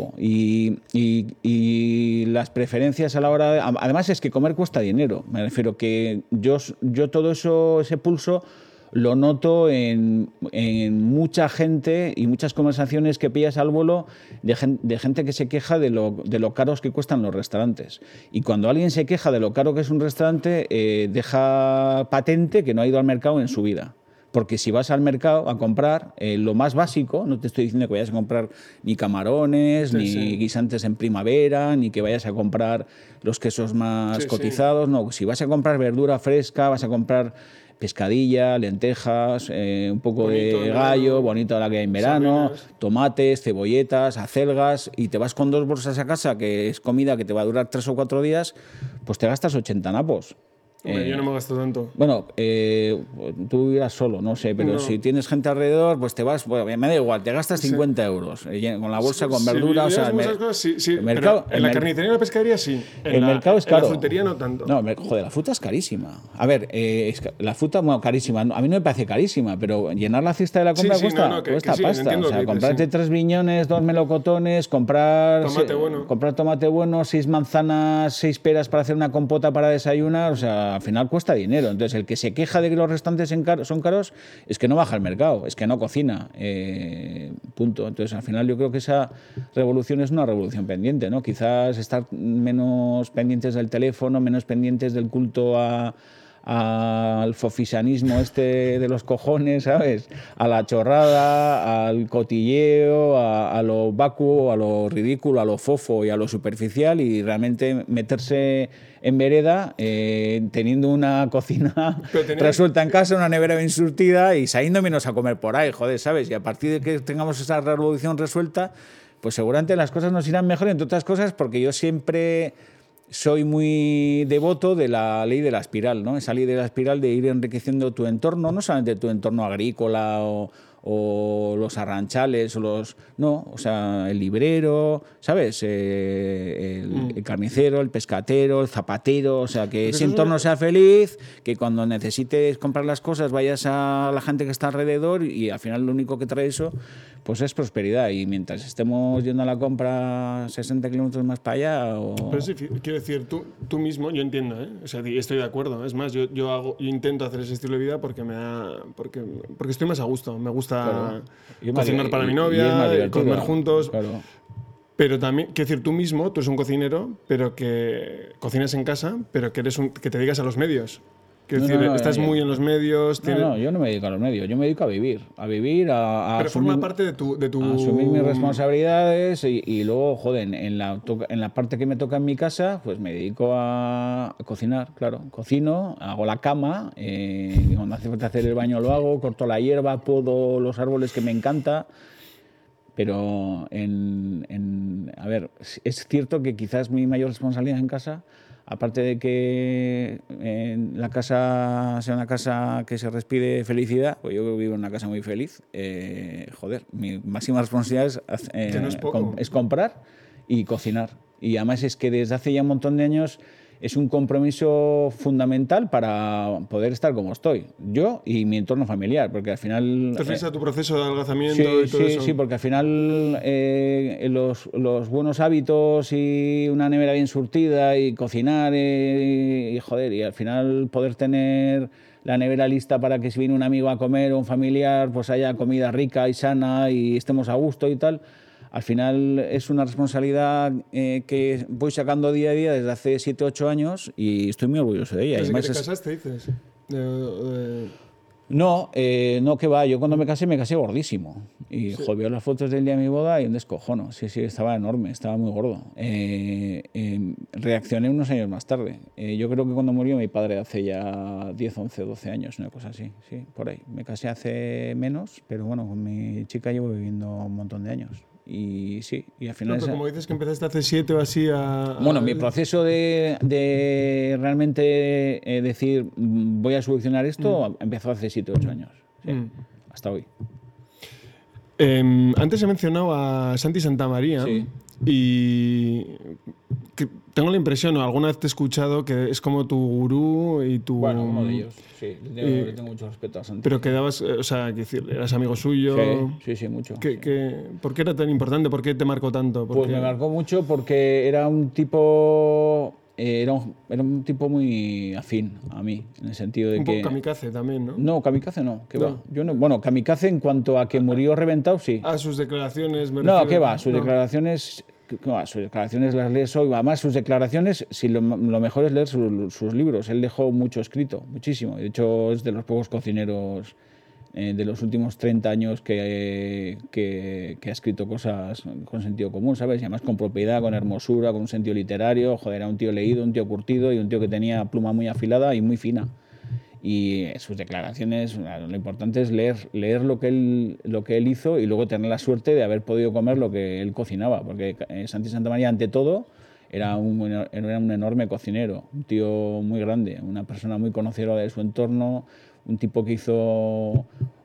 Y las preferencias a la hora de... Además es que comer cuesta dinero. Me refiero que yo todo eso, ese pulso, lo noto en mucha gente y muchas conversaciones que pillas al vuelo de gente que se queja de lo caros que cuestan los restaurantes. Y cuando alguien se queja de lo caro que es un restaurante, deja patente que no ha ido al mercado en su vida. Porque si vas al mercado a comprar lo más básico, no te estoy diciendo que vayas a comprar ni camarones, ni guisantes en primavera, ni que vayas a comprar los quesos más cotizados. No, si vas a comprar verdura fresca, vas a comprar pescadilla, lentejas, un poco bonito, de gallo, bonito la que hay en verano, tomates, cebolletas, acelgas, y te vas con 2 bolsas a casa, que es comida que te va a durar 3 o 4 días, pues te gastas 80 napos. Yo no me gasto tanto. Bueno, tú irás solo, no sé, pero si tienes gente alrededor, pues te vas, bueno, me da igual, te gastas 50 euros con la bolsa, con verdura, o sea, el mercado, en la carnicería y la pescadería sí. El mercado es caro. En la frutería no tanto. No, joder, la fruta es carísima. A ver, la fruta, bueno, carísima. A mí no me parece carísima, pero llenar la cesta de la compra cuesta pasta. O sea, comprarte 3 viñones, 2 melocotones, comprar tomate bueno, 6 manzanas, 6 peras para hacer una compota para desayunar, o sea, al final cuesta dinero. Entonces, el que se queja de que los restaurantes son caros es que no baja al mercado, es que no cocina. Punto. Entonces, al final yo creo que esa revolución es una revolución pendiente, ¿no? Quizás estar menos pendientes del teléfono, menos pendientes del culto al fofisanismo de los cojones, ¿sabes? A la chorrada, al cotilleo, a lo vacuo, a lo ridículo, a lo fofo y a lo superficial, y realmente meterse en vereda teniendo una cocina resuelta en casa, una nevera bien surtida y saliendo menos a comer por ahí, joder, ¿sabes? Y a partir de que tengamos esa revolución resuelta, pues seguramente las cosas nos irán mejor, entre otras cosas porque yo siempre soy muy devoto de la ley de la espiral, ¿no? Esa ley de la espiral de ir enriqueciendo tu entorno, no solamente tu entorno agrícola o los arranchales o sea, el librero, ¿sabes? El carnicero, el pescatero, el zapatero, o sea, que ese entorno sea feliz, que cuando necesites comprar las cosas vayas a la gente que está alrededor, y al final lo único que trae eso pues es prosperidad. Y mientras estemos yendo a la compra 60 kilómetros más para allá Pero sí, quiero decir, tú mismo, yo entiendo, o sea, estoy de acuerdo. Es más, yo intento hacer ese estilo de vida porque estoy más a gusto. Me gusta cocinar para mi novia, comer juntos. Claro. Pero también, quiero decir, tú mismo, tú eres un cocinero, pero que cocinas en casa, pero que que te dedicas a los medios. Quiero decir, estás muy en los medios. No, yo no me dedico a los medios, yo me dedico a vivir. Pero asumir, forma parte de tu... A asumir mis responsabilidades y luego, joder, en la parte que me toca en mi casa, pues me dedico a cocinar, claro. Cocino, hago la cama, cuando hace falta hacer el baño lo hago, corto la hierba, podo los árboles que me encanta. Pero, a ver, es cierto que quizás mi mayor responsabilidad en casa, aparte de que la casa sea una casa que se respire felicidad, pues yo vivo en una casa muy feliz, mi máxima responsabilidad es comprar y cocinar. Y además es que desde hace ya un montón de años es un compromiso fundamental para poder estar como estoy, yo y mi entorno familiar, porque al final... ¿Te refieres a tu proceso de adelgazamiento y todo eso? Sí, porque al final los buenos hábitos y una nevera bien surtida y cocinar y al final poder tener la nevera lista para que si viene un amigo a comer o un familiar, pues haya comida rica y sana y estemos a gusto y tal. Al final es una responsabilidad que voy sacando día a día desde hace 7 o 8 años y estoy muy orgulloso de ella. ¿Desde que te casaste, dices? No, no, que va. Yo cuando me casé gordísimo. Y veo las fotos del día de mi boda y un descojono. Sí, estaba enorme, estaba muy gordo. Reaccioné unos años más tarde. Yo creo que cuando murió mi padre hace ya 10, 11, 12 años, una cosa así. Sí, por ahí. Me casé hace menos, pero bueno, con mi chica llevo viviendo un montón de años. Y sí, y al final... No, pero como dices que empezaste hace 7 o así a... Bueno, mi proceso de realmente decir voy a solucionar esto empezó hace 7 o 8 años. Sí, hasta hoy. Antes he mencionado a Santi Santamaría y tengo la impresión, o alguna vez te he escuchado, que es como tu gurú y tu... Bueno, uno de ellos, sí. Le tengo mucho respeto a Santi. Pero quedabas, o sea, eras amigo suyo. Sí, mucho. ¿Por qué era tan importante? ¿Por qué te marcó tanto? Pues me marcó mucho porque era un tipo... Era un tipo muy afín a mí, en el sentido de un que... Un poco kamikaze también, ¿no? No, kamikaze no, ¿qué va? Yo no, bueno, kamikaze en cuanto a que murió reventado, sí. Sus declaraciones... No, ¿qué va? Sus declaraciones... Sus declaraciones las lees hoy. Además, sus declaraciones, lo mejor es leer sus libros. Él dejó mucho escrito, muchísimo. De hecho, es de los pocos cocineros de los últimos 30 años que ha escrito cosas con sentido común, ¿sabes? Y además con propiedad, con hermosura, con un sentido literario. Joder, era un tío leído, un tío curtido y un tío que tenía pluma muy afilada y muy fina. Y sus declaraciones, lo importante es leer lo que él hizo y luego tener la suerte de haber podido comer lo que él cocinaba, porque Santi Santamaría, ante todo, era un enorme cocinero, un tío muy grande, una persona muy conocedora de su entorno, un tipo que hizo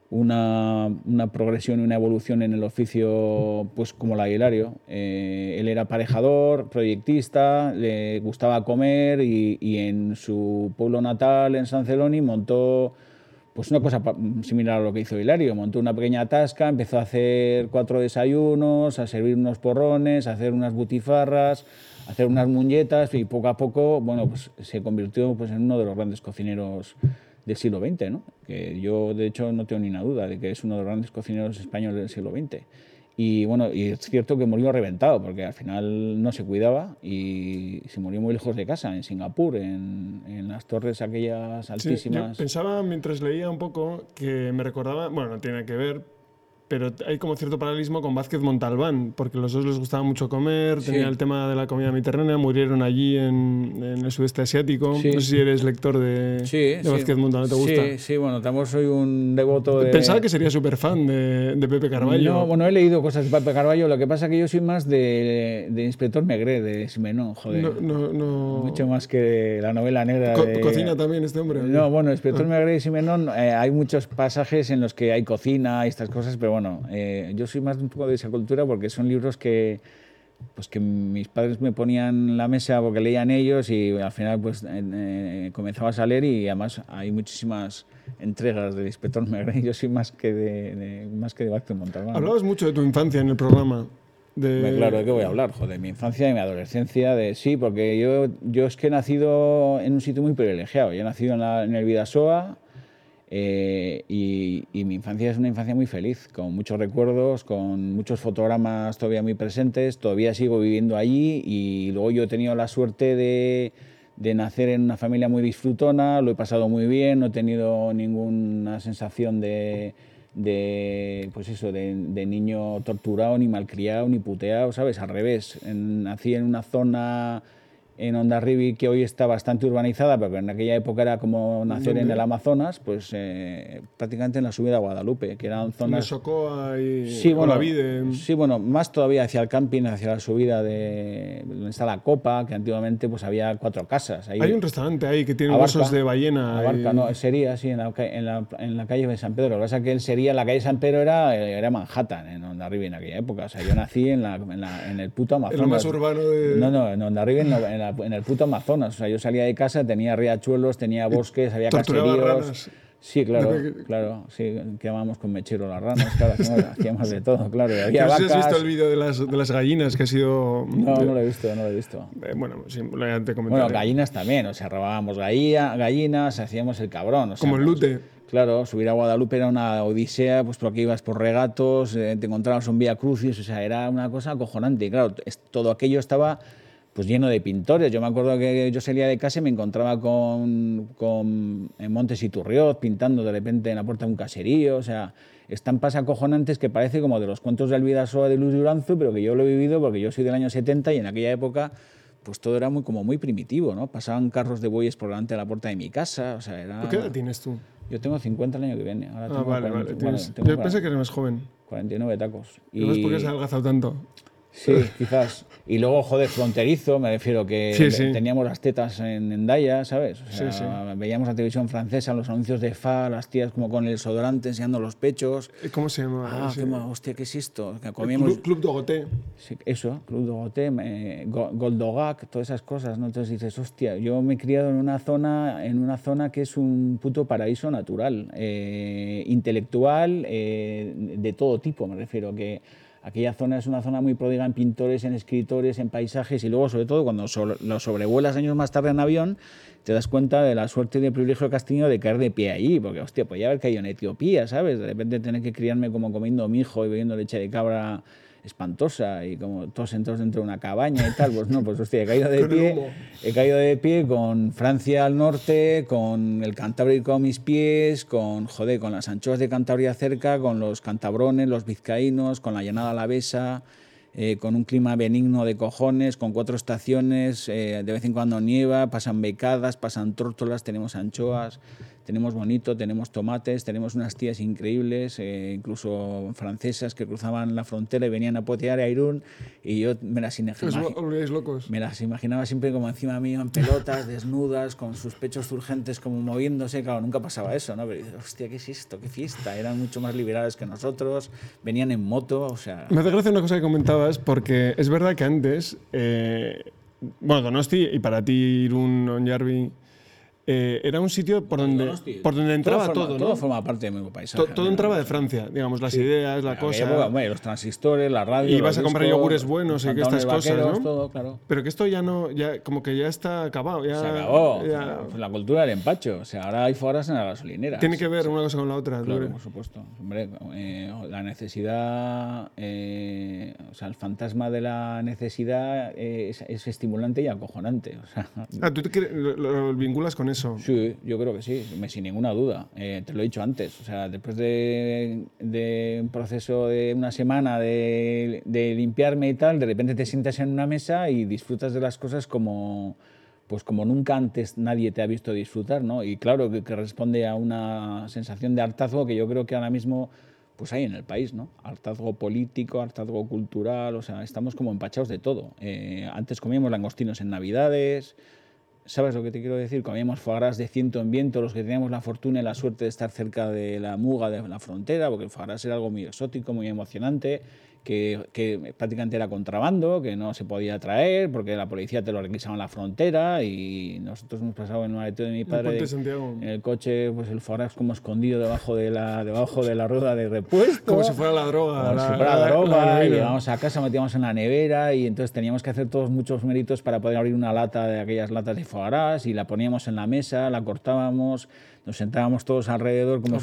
una progresión y una evolución en el oficio, pues como la de Hilario. Él era aparejador, proyectista, le gustaba comer y en su pueblo natal, en San Celoni, montó pues una cosa similar a lo que hizo Hilario. Montó una pequeña tasca, empezó a hacer 4 desayunos, a servir unos porrones, a hacer unas butifarras, a hacer unas muñetas y poco a poco, bueno, pues se convirtió pues en uno de los grandes cocineros del siglo XX, ¿no? Que yo, de hecho, no tengo ni una duda de que es uno de los grandes cocineros españoles del siglo XX. Y bueno, y es cierto que murió reventado, porque al final no se cuidaba y se murió muy lejos de casa, en Singapur, en las torres aquellas altísimas. Sí, yo pensaba, mientras leía un poco, que me recordaba, bueno, no tiene que ver, pero hay como cierto paralelismo con Vázquez Montalbán, porque los dos les gustaba mucho comer, tenía el tema de la comida mediterránea, murieron allí en el sudeste asiático. No sé si eres lector de Vázquez Montalbán, ¿te gusta? Sí, bueno, también soy un devoto de... Pensaba que sería súper fan de Pepe Carballo. No, bueno, he leído cosas de Pepe Carballo, lo que pasa es que yo soy más de Inspector Maigret, de Simenon, joder. No. Mucho más que la novela negra. ¿Cocina también este hombre? No, bueno, Inspector Maigret y Simenon, hay muchos pasajes en los que hay cocina y estas cosas, pero bueno, yo soy más un poco de esa cultura porque son libros que mis padres me ponían en la mesa porque leían ellos y al final pues comenzabas a leer y además hay muchísimas entregas del Inspector Maigret. Yo soy más que de Vázquez Montalbán. Hablabas mucho de tu infancia en el programa. Claro, ¿de qué voy a hablar? Joder, de mi infancia y mi adolescencia. Sí, porque yo es que he nacido en un sitio muy privilegiado. Yo he nacido en el Bidasoa. Y mi infancia es una infancia muy feliz, con muchos recuerdos, con muchos fotogramas todavía muy presentes. Todavía sigo viviendo allí y luego yo he tenido la suerte de nacer en una familia muy disfrutona, lo he pasado muy bien, no he tenido ninguna sensación de niño torturado, ni malcriado, ni puteado, ¿sabes? Al revés, nací en una zona en Hondarribia, que hoy está bastante urbanizada, pero en aquella época era como nacer en el Amazonas, pues prácticamente en la subida a Guadalupe, que eran zonas... Socoa y Olavide. Sí, bueno, más todavía hacia el camping, hacia la subida de donde está la Copa, que antiguamente pues había 4 casas. Ahí, hay un restaurante ahí que tiene huesos de ballena. Abarca, no, sería así, en la calle de San Pedro. Lo que pasa es que él sería, la calle de San Pedro era Manhattan, en Hondarribia en aquella época. O sea, yo nací en el puto Amazonas. En lo más urbano de... No, en Hondarribia, en el puto Amazonas. O sea, yo salía de casa, tenía riachuelos, tenía bosques, había caseríos. Ranas. Sí, claro, sí, quemábamos con mechero las ranas, claro, hacíamos de todo, claro. Había no sé vacas. si has visto el vídeo de las gallinas, que ha sido... No lo he visto. Bueno, simplemente comentaré. Bueno, gallinas también, o sea, robábamos gallinas, hacíamos el cabrón. O sea, como el lute. Claro, subir a Guadalupe era una odisea, pues porque ibas por regatos, te encontrabas un Vía Crucis, o sea, era una cosa acojonante. Y claro, todo aquello estaba pues lleno de pintores. Yo me acuerdo que yo salía de casa y me encontraba en Montes y Turriot pintando de repente en la puerta de un caserío, o sea, estampas acojonantes que parece como de los cuentos de Albidasoa de Luis Duranzo, pero que yo lo he vivido porque yo soy del año 70 y en aquella época pues todo era como muy primitivo, ¿no? Pasaban carros de bueyes por delante de la puerta de mi casa, o sea, era... ¿Qué edad tienes tú? Yo tengo 50 el año que viene. Ahora tengo vale. 40, Yo pensé que eres más joven. 49 tacos. ¿No ves por qué se ha adelgazado tanto? Sí, quizás. Y luego, joder, fronterizo, me refiero que teníamos las tetas en Endaya, ¿sabes? O sea, veíamos la televisión francesa, los anuncios de Fa, las tías como con el desodorante enseñando los pechos. ¿Cómo se llama? Hostia, ¿qué es esto? Que comíamos... Club Dogoté. Sí, eso, Club Dogoté, Goldogac, todas esas cosas, ¿no? Entonces dices, hostia, yo me he criado en una zona que es un puto paraíso natural, intelectual, de todo tipo, me refiero, que aquella zona es una zona muy pródiga en pintores, en escritores, en paisajes, y luego, sobre todo, cuando lo sobrevuelas años más tarde en avión, te das cuenta de la suerte y del privilegio que has tenido de caer de pie allí, porque, hostia, podía haber caído en Etiopía, ¿sabes? De repente tener que criarme como comiendo mijo y bebiendo leche de cabra espantosa y como todos sentados dentro de una cabaña y tal, pues no, pues hostia, he caído de pie con Francia al norte, con el Cantábrico a mis pies, con las anchoas de Cantabria cerca, con los cantabrones, los vizcaínos, con la llanada alavesa, con un clima benigno de cojones, con 4 estaciones, de vez en cuando nieva, pasan becadas, pasan tórtolas, tenemos anchoas, tenemos bonito, tenemos tomates, tenemos unas tías increíbles, incluso francesas que cruzaban la frontera y venían a potear a Irún, y yo me las imaginaba siempre como encima mío en pelotas, desnudas, con sus pechos urgentes como moviéndose. Claro, nunca pasaba eso, ¿no? Pero dices, hostia, ¿qué es esto? ¿Qué fiesta? Eran mucho más liberales que nosotros, venían en moto, o sea... Me hace gracia una cosa que comentabas, porque es verdad que antes, Donosti y para ti Irún, Onyarbi, era un sitio por donde entraba todo, ¿no? Todo forma parte de mi paisaje. Todo entraba de Francia, digamos, las ideas, la cosa. Época, los transistores, la radio. Y vas a comprar yogures buenos y estas cosas, ¿no? Todo, claro. Pero que esto ya no, como que ya está acabado. Se acabó. Pues la cultura del empacho. O sea, ahora hay foras en las gasolineras. Tiene que ver una cosa con la otra. Claro, por supuesto. Hombre, la necesidad, o sea, el fantasma de la necesidad es estimulante y acojonante. O sea, ¿tú lo vinculas con eso? Sí, yo creo que sí, sin ninguna duda. Te lo he dicho antes. O sea, después de un proceso de una semana de limpiarme y tal, de repente te sientas en una mesa y disfrutas de las cosas como nunca antes nadie te ha visto disfrutar, ¿no? Y claro, que responde a una sensación de hartazgo que yo creo que ahora mismo pues hay en el país, ¿no? Hartazgo político, hartazgo cultural, o sea, estamos como empachados de todo. Antes comíamos langostinos en Navidades. ¿Sabes lo que te quiero decir? Comíamos foie gras de ciento en viento, los que teníamos la fortuna y la suerte de estar cerca de la muga de la frontera, porque el foie gras era algo muy exótico, muy emocionante, que prácticamente era contrabando, que no se podía traer, porque la policía te lo requisaba en la frontera, y nosotros hemos pasado en un aleteo de mi padre en el coche, pues el foie gras como escondido debajo de la rueda de repuesto. Como si fuera la droga. Como si fuera la droga, y llegábamos a casa, metíamos en la nevera, y entonces teníamos que hacer todos muchos méritos para poder abrir una lata de aquellas latas de foie gras, y la poníamos en la mesa, la cortábamos, nos sentábamos todos alrededor como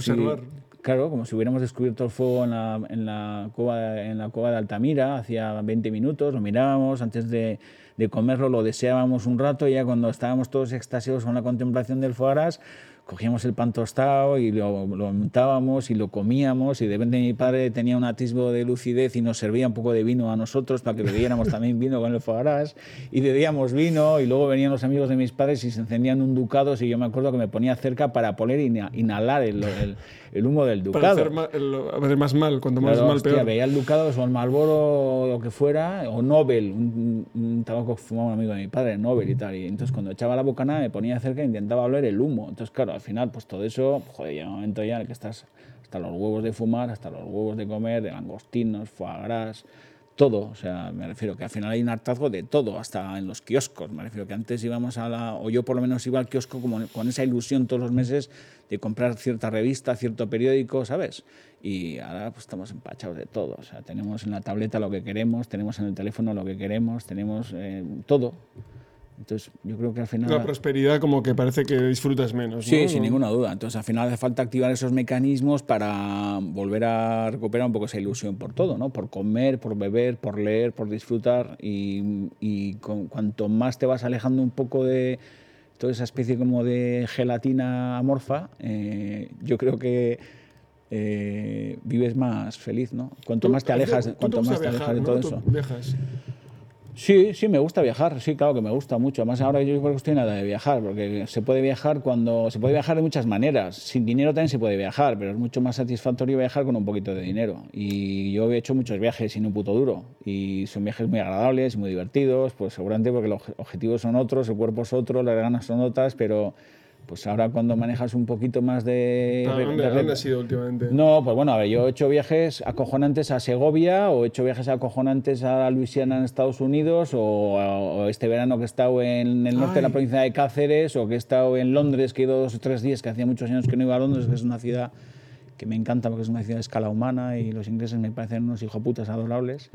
si hubiéramos descubierto el fuego en la cueva de Altamira, hacía 20 minutos, lo mirábamos, antes de comerlo lo deseábamos un rato, y ya cuando estábamos todos extasiados con la contemplación del foie gras, cogíamos el pan tostado y lo montábamos y lo comíamos, y de repente mi padre tenía un atisbo de lucidez y nos servía un poco de vino a nosotros para que bebiéramos también vino con el foie gras, y bebíamos vino, y luego venían los amigos de mis padres y se encendían un ducados, y yo me acuerdo que me ponía cerca para poder inhalar el humo del ducado. Para hacer más mal, cuanto más mal peor. Veía el ducado o el Marlboro o lo que fuera, o Nobel, un tabaco que fumaba un amigo de mi padre, Nobel y tal, y entonces cuando echaba la bocanada me ponía cerca e intentaba oler el humo. Entonces claro, al final pues todo eso, joder, llega un momento ya en el que estás hasta los huevos de fumar, hasta los huevos de comer, de langostinos, foie gras, todo. O sea, me refiero que al final hay un hartazgo de todo, hasta en los kioscos. Me refiero que antes íbamos o yo por lo menos iba al kiosco como con esa ilusión todos los meses de comprar cierta revista, cierto periódico, ¿sabes? Y ahora pues estamos empachados de todo. O sea, tenemos en la tableta lo que queremos, tenemos en el teléfono lo que queremos, tenemos todo. Entonces, yo creo que al final... La prosperidad como que parece que disfrutas menos, Sí, ¿no? sin ninguna duda. Entonces, al final hace falta activar esos mecanismos para volver a recuperar un poco esa ilusión por todo, ¿no? Por comer, por beber, por leer, por disfrutar. Y cuanto más te vas alejando un poco de toda esa especie como de gelatina amorfa, yo creo que vives más feliz, ¿no? Cuanto más te alejas, de todo eso. ¿Viajas? Sí, sí, me gusta viajar, sí, claro que me gusta mucho. Además, ahora yo creo que estoy nada de viajar, porque se puede viajar de muchas maneras. Sin dinero también se puede viajar, pero es mucho más satisfactorio viajar con un poquito de dinero. Y yo he hecho muchos viajes sin un puto duro, y son viajes muy agradables, muy divertidos, pues seguramente porque los objetivos son otros, el cuerpo es otro, las ganas son otras, pero... Pues ahora cuando manejas un poquito más de... ¿Dónde has ido últimamente? No, pues bueno, a ver, yo he hecho viajes acojonantes a Segovia, o he hecho viajes acojonantes a Luisiana en Estados Unidos, o este verano que he estado en el norte de la provincia de Cáceres, o que he estado en Londres, que he ido 2 o 3 días, que hacía muchos años que no iba a Londres, que es una ciudad que me encanta porque es una ciudad de escala humana y los ingleses me parecen unos hijoputas adorables.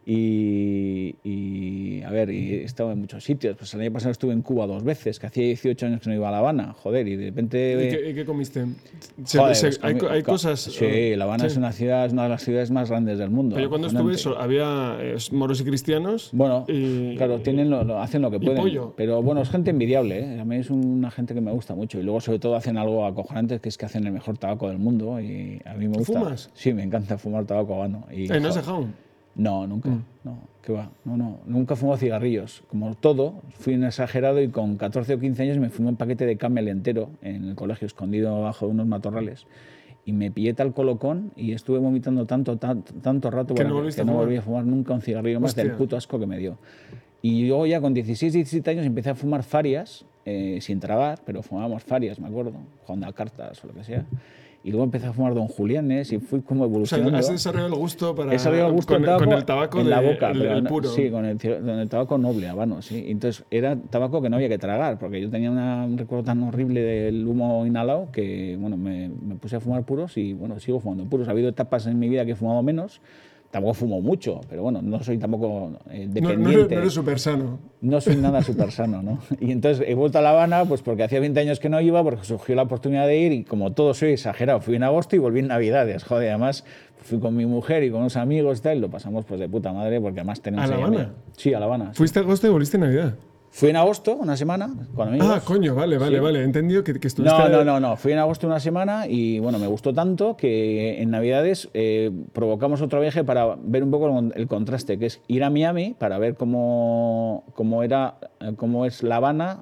Y a ver, he estado en muchos sitios. Pues el año pasado estuve en Cuba 2 veces, que hacía 18 años que no iba a La Habana, joder, y de repente... ¿Y qué comiste? Joder, Hay cosas... Sí, La Habana es una de las ciudades más grandes del mundo. Pero yo cuando estuve había moros y cristianos. Bueno, claro, hacen lo que pueden. Pollo. Pero bueno, es gente envidiable, ¿eh? A mí es una gente que me gusta mucho. Y luego, sobre todo, hacen algo acojonante, que es que hacen el mejor tabaco del mundo. Y a mí me gusta. ¿Fumas? Sí, me encanta fumar tabaco habano. ¿No has dejado? No, nunca. No, ¿qué va? No. Nunca fumo cigarrillos. Como todo, fui un exagerado y con 14 o 15 años me fumé un paquete de Camel entero en el colegio, escondido bajo unos matorrales. Y me pillé tal colocón y estuve vomitando tanto rato que no volví a fumar nunca un cigarrillo más del puto asco que me dio. Y yo ya con 16, 17 años empecé a fumar farias, sin tragar, pero fumábamos farias, me acuerdo, jugando a cartas o lo que sea. Y luego empecé a fumar Don Julianes y fui como evolucionando. O sea, has desarrollado el gusto con el tabaco en la boca, el puro. Sí, con el tabaco noble, habano, sí. Entonces era tabaco que no había que tragar, porque yo tenía un recuerdo tan horrible del humo inhalado que, bueno, me puse a fumar puros y, bueno, sigo fumando puros. Ha habido etapas en mi vida que he fumado menos. Tampoco fumo mucho, pero bueno, no soy tampoco dependiente. No eres súper sano. No soy nada súper sano, ¿no? Y entonces he vuelto a La Habana pues porque hacía 20 años que no iba, porque surgió la oportunidad de ir y como todo soy exagerado, fui en agosto y volví en Navidades. Joder, además fui con mi mujer y con unos amigos y tal, y lo pasamos pues de puta madre porque además tenemos... ¿A La Habana? Sí, a La Habana. ¿Fuiste a agosto y volviste en Navidad? Fui en agosto, una semana, con amigos. Ah, coño, vale. He entendido que estuviste... No. Fui en agosto una semana y, bueno, me gustó tanto que en Navidades provocamos otro viaje para ver un poco el contraste, que es ir a Miami para ver cómo es La Habana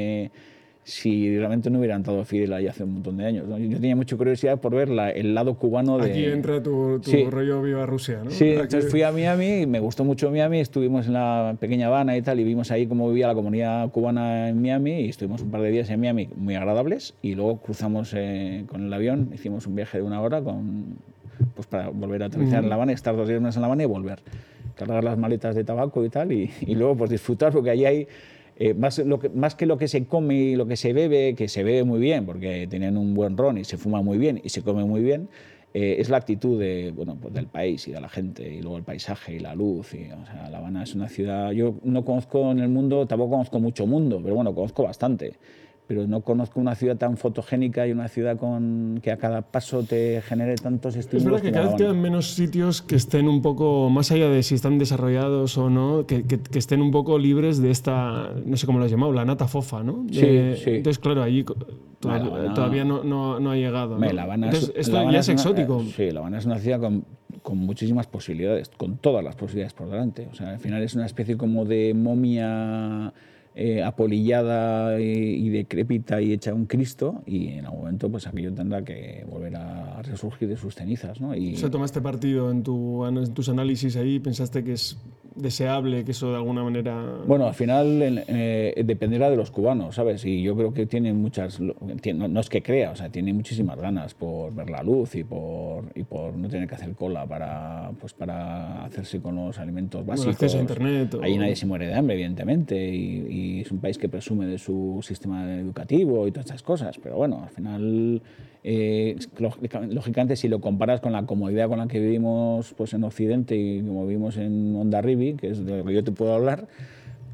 si realmente no hubiera entrado Fidel ahí hace un montón de años, ¿no? Yo tenía mucha curiosidad por ver el lado cubano de... Aquí entra tu rollo Viva Rusia, ¿no? Sí, entonces fui a Miami y me gustó mucho Miami, estuvimos en la pequeña Habana y tal, y vimos ahí cómo vivía la comunidad cubana en Miami, y estuvimos un par de días en Miami muy agradables, y luego cruzamos con el avión, hicimos un viaje de 1 hora pues para volver a aterrizar en La Habana, estar 2 días más en La Habana y volver, cargar las maletas de tabaco y tal, y luego pues disfrutar, porque allí hay... más que lo que se come y lo que se bebe, que se bebe muy bien, porque tienen un buen ron y se fuma muy bien y se come muy bien, es la actitud pues del país y de la gente, y luego el paisaje y la luz. O sea, La Habana es una ciudad... Yo no conozco en el mundo, tampoco conozco mucho mundo, pero bueno, conozco bastante. Pero no conozco una ciudad tan fotogénica y una ciudad que a cada paso te genere tantos estímulos. Es verdad que cada vez quedan menos sitios que estén un poco, más allá de si están desarrollados o no, que estén un poco libres de esta, no sé cómo lo has llamado, la nata fofa, ¿no? Sí. Entonces, claro, allí todavía no ha llegado, ¿no? La Habana entonces, esto ya es exótico. Sí, La Habana es una ciudad con muchísimas posibilidades, con todas las posibilidades por delante. O sea, al final es una especie como de momia... apolillada y decrépita y hecha un Cristo, y en algún momento pues aquello tendrá que volver a resurgir de sus cenizas, ¿no? O sea, tomaste partido en tus análisis ahí, pensaste que es deseable que eso de alguna manera... Bueno, al final dependerá de los cubanos, ¿sabes? Y yo creo que tienen muchas... No es que crea, o sea, tienen muchísimas ganas por ver la luz y por no tener que hacer cola para hacerse con los alimentos básicos. Acceso a internet. Ahí nadie se muere de hambre, evidentemente, y es un país que presume de su sistema educativo y todas estas cosas, pero bueno, al final... lógicamente, si lo comparas con la comodidad con la que vivimos pues en Occidente y como vivimos en Hondarribia, que es de lo que yo te puedo hablar,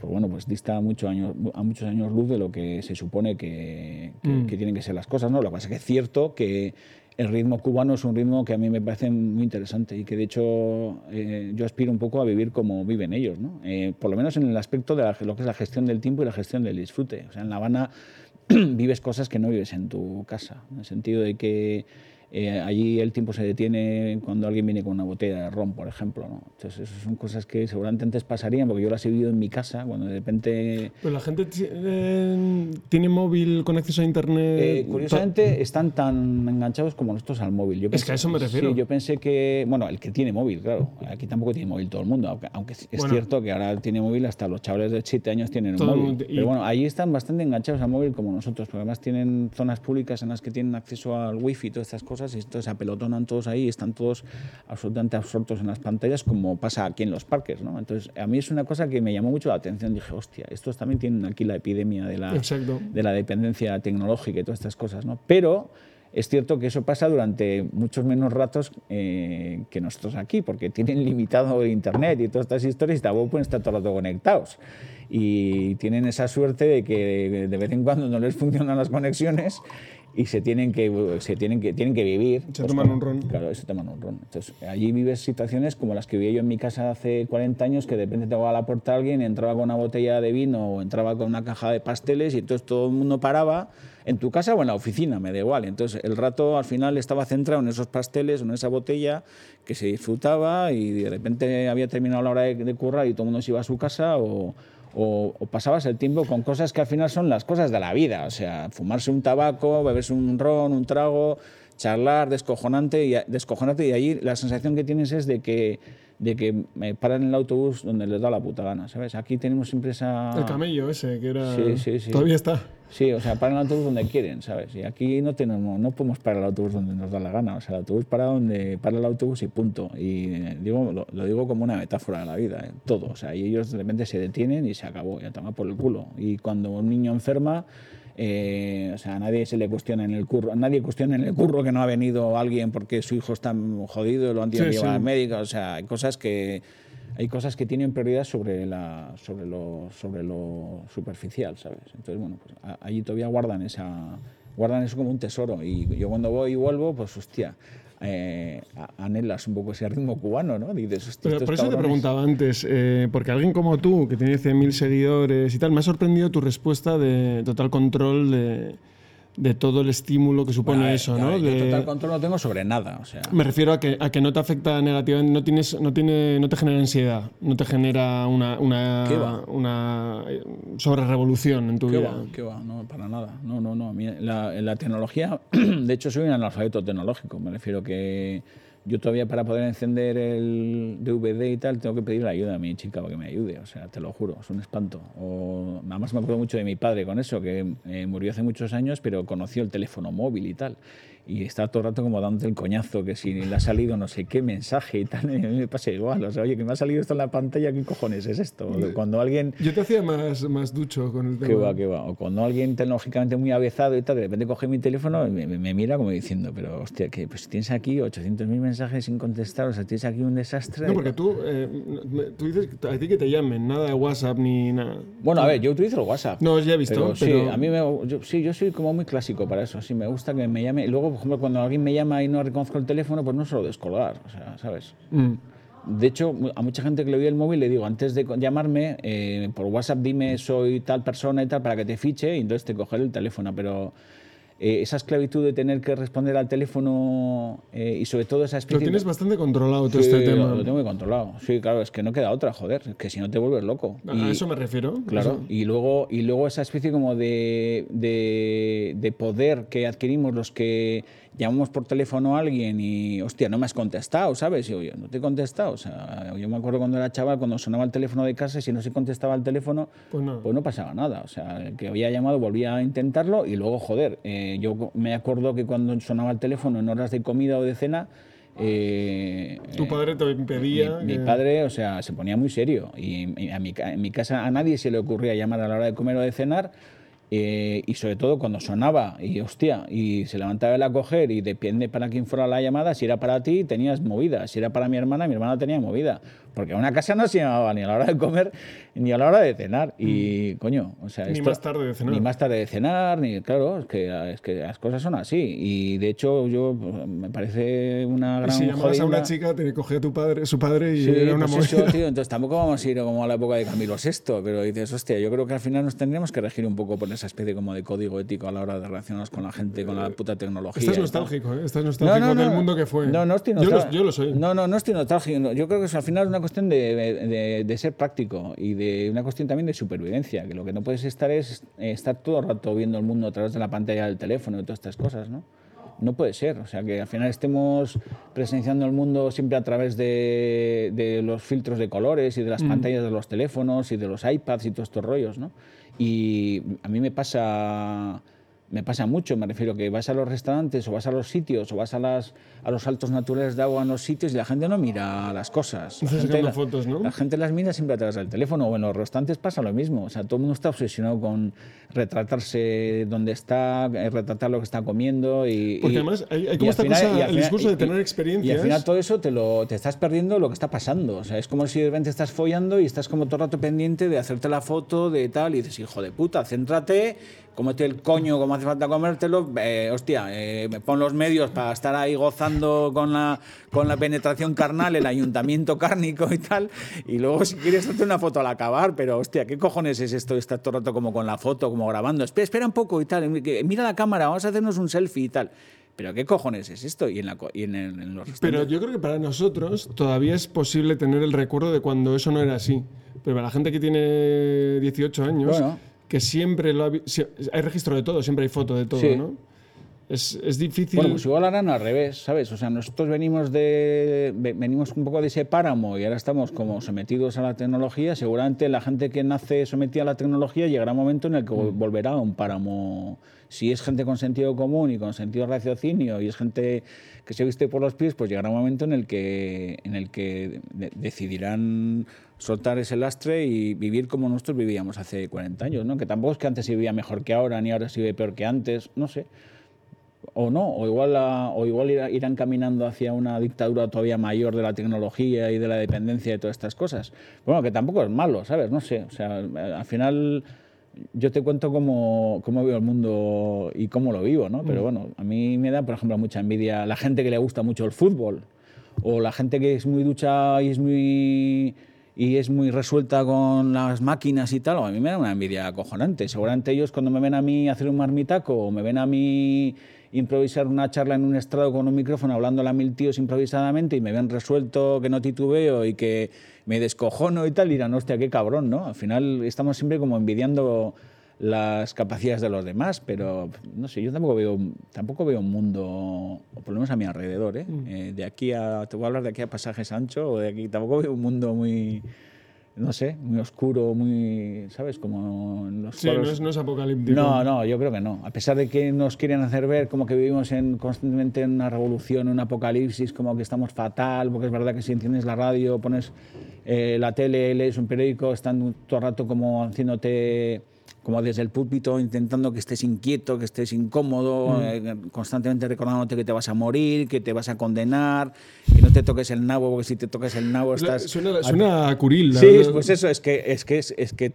pues bueno, pues dista a muchos años luz de lo que se supone que tienen que ser las cosas, ¿no? Lo que pasa es que es cierto que el ritmo cubano es un ritmo que a mí me parece muy interesante y que de hecho yo aspiro un poco a vivir como viven ellos, ¿no? Por lo menos en el aspecto de lo que es la gestión del tiempo y la gestión del disfrute. O sea, en La Habana vives cosas que no vives en tu casa, en el sentido de que allí el tiempo se detiene cuando alguien viene con una botella de ron, por ejemplo, ¿no? Entonces, esas son cosas que seguramente antes pasarían, porque yo las he vivido en mi casa, cuando de repente... Pero la gente tiene móvil con acceso a internet... curiosamente, están tan enganchados como nosotros al móvil. Yo pensé, es que a eso me refiero. Sí, yo pensé que... Bueno, el que tiene móvil, claro. Aquí tampoco tiene móvil todo el mundo, aunque es cierto que ahora tiene móvil, hasta los chavales de 7 años tienen un móvil. Pero bueno, allí están bastante enganchados al móvil como nosotros, porque además tienen zonas públicas en las que tienen acceso al wifi y todas estas cosas, y entonces se apelotonan todos ahí y están todos absolutamente absortos en las pantallas, como pasa aquí en los parques, ¿no? Entonces, a mí es una cosa que me llamó mucho la atención. Dije, hostia, estos también tienen aquí la epidemia de la dependencia tecnológica y todas estas cosas, ¿no? Pero es cierto que eso pasa durante muchos menos ratos que nosotros aquí, porque tienen limitado internet y todas estas historias y tampoco pueden estar todo el rato conectados. Y tienen esa suerte de que de vez en cuando no les funcionan las conexiones y tienen que vivir. Se toman un ron. Claro, se toman un ron. Entonces, allí vives situaciones como las que vivía yo en mi casa hace 40 años, que de repente te tocaba a la puerta alguien, entraba con una botella de vino o entraba con una caja de pasteles y entonces todo el mundo paraba en tu casa o en la oficina, me da igual. Entonces, el rato al final estaba centrado en esos pasteles o en esa botella que se disfrutaba y de repente había terminado la hora de currar y todo el mundo se iba a su casa o pasabas el tiempo con cosas que al final son las cosas de la vida, o sea, fumarse un tabaco, beberse un ron, un trago, charlar, descojonarte y allí la sensación que tienes es de que me paran en el autobús donde les da la puta gana, ¿sabes? Aquí tenemos siempre esa... El camello ese, que era... Sí. Todavía está. Sí, o sea, paran el autobús donde quieren, ¿sabes? Y aquí no podemos parar el autobús donde nos da la gana, o sea, el autobús para donde para el autobús y punto. Y lo digo como una metáfora de la vida, ¿eh? Todo, o sea, y ellos de repente se detienen y se acabó, ya toma por el culo. Y cuando un niño enferma... o sea, nadie cuestiona en el curro que no ha venido alguien porque su hijo está jodido y lo han tenido que llevar al médico. O sea, hay cosas que tienen prioridad sobre lo superficial, ¿sabes? Entonces, bueno, pues allí todavía guardan eso como un tesoro. Y yo cuando voy y vuelvo, pues hostia, anhelas un poco ese ritmo cubano, ¿no? Dices, hostia, pero por eso te preguntaba antes, porque alguien como tú, que tiene 100.000 seguidores y tal, me ha sorprendido tu respuesta de total control de todo el estímulo que supone eso, ¿no? Yo total control no tengo sobre nada, o sea... Me refiero a que no te afecta negativamente, no te genera ansiedad, no te genera una sobrerevolución en tu vida. ¿Qué va? No, para nada. No. A mí la tecnología... De hecho, soy un analfabeto tecnológico. Me refiero que yo todavía para poder encender el DVD y tal tengo que pedirle ayuda a mi chica para que me ayude. O sea, te lo juro, es un espanto. Además me acuerdo mucho de mi padre con eso, que murió hace muchos años, pero conoció el teléfono móvil y tal. Y está todo el rato como dándote el coñazo, que si le ha salido no sé qué mensaje y tal. Y a mí me pasa igual. O sea, oye, que me ha salido esto en la pantalla, ¿qué cojones es esto? Cuando alguien... Yo te hacía más ducho con el tema. ¿Qué va? O cuando alguien tecnológicamente muy avezado y tal, de repente coge mi teléfono y me mira como diciendo, pero hostia, que pues tienes aquí 800.000 mensajes sin contestar, o sea, tienes aquí un desastre. No, porque tú dices a ti que te llamen, nada de WhatsApp ni nada. Bueno, a ver, yo utilizo el WhatsApp. No, ya he visto. Pero... Sí, a mí yo soy como muy clásico para eso. Sí, me gusta que me llame. Y luego, por ejemplo, cuando alguien me llama y no reconozco el teléfono, pues no suelo descolgar, o sea, ¿sabes? De hecho, a mucha gente que le doy el móvil le digo, antes de llamarme, por WhatsApp dime soy tal persona y tal para que te fiche y entonces te cogeré el teléfono. Pero esa esclavitud de tener que responder al teléfono y sobre todo esa especie... Lo tienes bastante controlado todo este tema. Lo tengo muy controlado. Sí, claro, es que no queda otra, joder, es que si no te vuelves loco. A eso me refiero. Claro, y luego esa especie como de poder que adquirimos los que llamamos por teléfono a alguien y, hostia, no me has contestado, ¿sabes? Y yo no te he contestado. O sea, yo me acuerdo cuando era chaval, cuando sonaba el teléfono de casa y si no se contestaba el teléfono, pues no pasaba nada. O sea, que había llamado, volvía a intentarlo y luego, joder, yo me acuerdo que cuando sonaba el teléfono en horas de comida o de cena, tu padre te impedía. Mi padre, o sea, se ponía muy serio y en mi casa a nadie se le ocurría llamar a la hora de comer o de cenar. Y sobre todo cuando sonaba y hostia, y se levantaba él a coger y depende para quién fuera la llamada, si era para ti tenías movida, si era para mi hermana tenía movida, porque a una casa no se llamaba ni a la hora de comer ni a la hora de cenar. Y, coño, o sea... Ni más tarde de cenar. Ni más tarde de cenar, claro, es que las cosas son así. Y, de hecho, me parece una gran... Y si llamabas a una chica, te cogía su padre y sí, era una pues movida. Tío, entonces tampoco vamos a ir como a la época de Camilo VI, pero dices, hostia, yo creo que al final nos tendríamos que regir un poco por esa especie como de código ético a la hora de relacionarnos con la gente, con la puta tecnología. Estás nostálgico, ¿eh? Estás nostálgico del mundo que fue. No estoy nostálgico. Yo lo soy. No estoy nostálgico. Yo creo que al final es una cuestión de ser práctico y de una cuestión también de supervivencia, que lo que no puedes estar es estar todo el rato viendo el mundo a través de la pantalla del teléfono y todas estas cosas, ¿no? No puede ser, o sea, que al final estemos presenciando el mundo siempre a través de los filtros de colores y de las pantallas de los teléfonos y de los iPads y todos estos rollos, ¿no? Y a mí me pasa mucho, me refiero que vas a los restaurantes o vas a los sitios o vas a los saltos naturales de agua en los sitios y la gente no mira las cosas. Fotos, ¿no? La gente las mira siempre a través del teléfono, o en los restaurantes pasa lo mismo. O sea, todo el mundo está obsesionado con retratarse donde está, retratar lo que está comiendo. Porque además hay como esta cosa, el discurso de tener experiencias. Y al final todo eso te estás perdiendo lo que está pasando. O sea, es como si de repente estás follando y estás como todo el rato pendiente de hacerte la foto, de tal, y dices, hijo de puta, céntrate, cómete el coño como hace falta comértelo, me pon los medios para estar ahí gozando con la penetración carnal, el ayuntamiento cárnico y tal, y luego si quieres hazte una foto al acabar, pero hostia, ¿qué cojones es esto? Estar todo el rato como con la foto, como grabando, espera un poco y tal, mira la cámara, vamos a hacernos un selfie y tal. ¿Pero qué cojones es esto? Y en los restaurantes. Pero yo creo que para nosotros todavía es posible tener el recuerdo de cuando eso no era así. Pero para la gente que tiene 18 años... Bueno, que siempre hay registro de todo, siempre hay foto de todo, sí. ¿no? Es difícil... Bueno, pues igual harán al revés, ¿sabes? O sea, nosotros venimos un poco de ese páramo y ahora estamos como sometidos a la tecnología. Seguramente la gente que nace sometida a la tecnología llegará un momento en el que volverá a un páramo. Si es gente con sentido común y con sentido raciocinio y es gente que se viste por los pies, pues llegará un momento en el que decidirán soltar ese lastre y vivir como nosotros vivíamos hace 40 años, ¿no? Que tampoco es que antes se vivía mejor que ahora, ni ahora se vive peor que antes, no sé. O no, o igual irán caminando hacia una dictadura todavía mayor de la tecnología y de la dependencia de todas estas cosas. Bueno, que tampoco es malo, ¿sabes? No sé, o sea, al final yo te cuento cómo veo el mundo y cómo lo vivo, ¿no? Pero bueno, a mí me da, por ejemplo, mucha envidia la gente que le gusta mucho el fútbol, o la gente que es muy ducha y es muy resuelta con las máquinas y tal. A mí me da una envidia acojonante. Seguramente ellos cuando me ven a mí hacer un marmitaco o me ven a mí improvisar una charla en un estrado con un micrófono hablándole a 1000 tíos improvisadamente y me ven resuelto, que no titubeo y que me descojono y tal, dirán, hostia, qué cabrón, ¿no? Al final estamos siempre como envidiando las capacidades de los demás, pero no sé, yo tampoco veo un mundo, o por lo menos a mi alrededor, te voy a hablar de aquí a Pasaje Sancho, o de aquí, tampoco veo un mundo muy, no sé, muy oscuro, muy, ¿sabes? Como en los foros. No es apocalíptico. No, yo creo que no. A pesar de que nos quieren hacer ver como que vivimos constantemente en una revolución, en un apocalipsis, como que estamos fatal, porque es verdad que si enciendes la radio, pones la tele, lees un periódico, están todo el rato como haciéndote... como desde el púlpito, intentando que estés inquieto, que estés incómodo, constantemente recordándote que te vas a morir, que te vas a condenar, que no te toques el nabo, porque si te toques el nabo estás... Suena a curil. Sí, verdad. Pues eso, es que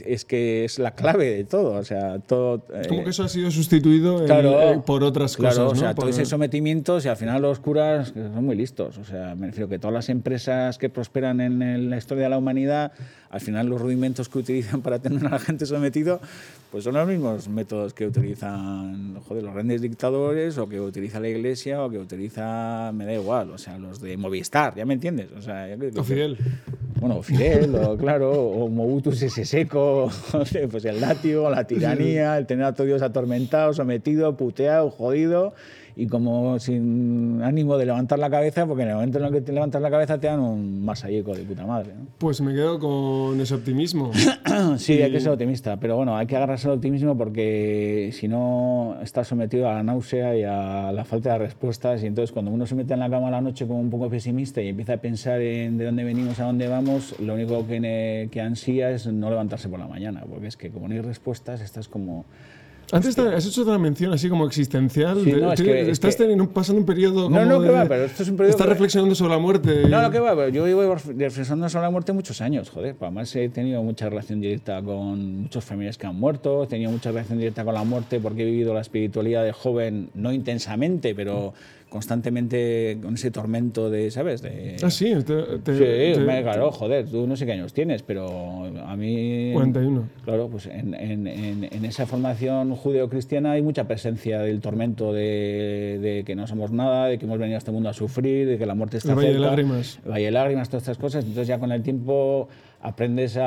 es la clave de todo, o sea, todo... Como que eso ha sido sustituido por otras cosas, claro, o sea, ¿no? todo ese sometimiento, y al final los curas son muy listos, o sea, me refiero que todas las empresas que prosperan en la historia de la humanidad, al final los rudimentos que utilizan para tener a la gente sometido, pues son los mismos métodos que utilizan los grandes dictadores, o que utiliza la Iglesia, o que utiliza, me da igual, o sea, los de Movistar, ¿ya me entiendes? O sea, o Fidel. Bueno, Fidel, o Mobutu Sese Seko, pues el látigo, la tiranía, el tener a todos atormentados, sometido, puteado, jodido, y como sin ánimo de levantar la cabeza, porque en el momento en el que te levantas la cabeza te dan un masayeco de puta madre, ¿no? Pues me quedo con ese optimismo. Sí, hay que ser optimista, pero bueno, hay que agarrarse al optimismo porque si no estás sometido a la náusea y a la falta de respuestas, y entonces cuando uno se mete en la cama a la noche como un poco pesimista y empieza a pensar en de dónde venimos, a dónde vamos, lo único que ansía es no levantarse por la mañana, porque es que como no hay respuestas estás como Antes has hecho otra mención así como existencial. Sí, no, estás pasando un periodo como no, que va, pero esto es un periodo... Estás reflexionando sobre la muerte. No, que va, pero yo llevo reflexionando sobre la muerte muchos años, joder. Además he tenido mucha relación directa con muchos familiares que han muerto, he tenido mucha relación directa con la muerte porque he vivido la espiritualidad de joven, no intensamente, pero constantemente con ese tormento de, ¿sabes? Sí, claro, joder, tú no sé qué años tienes, pero a mí... 41. Claro, pues en esa formación judeocristiana hay mucha presencia del tormento de que no somos nada, de que hemos venido a este mundo a sufrir, de que la muerte está cerca. El Valle de Lágrimas. El Valle de Lágrimas, todas estas cosas. Entonces ya con el tiempo aprendes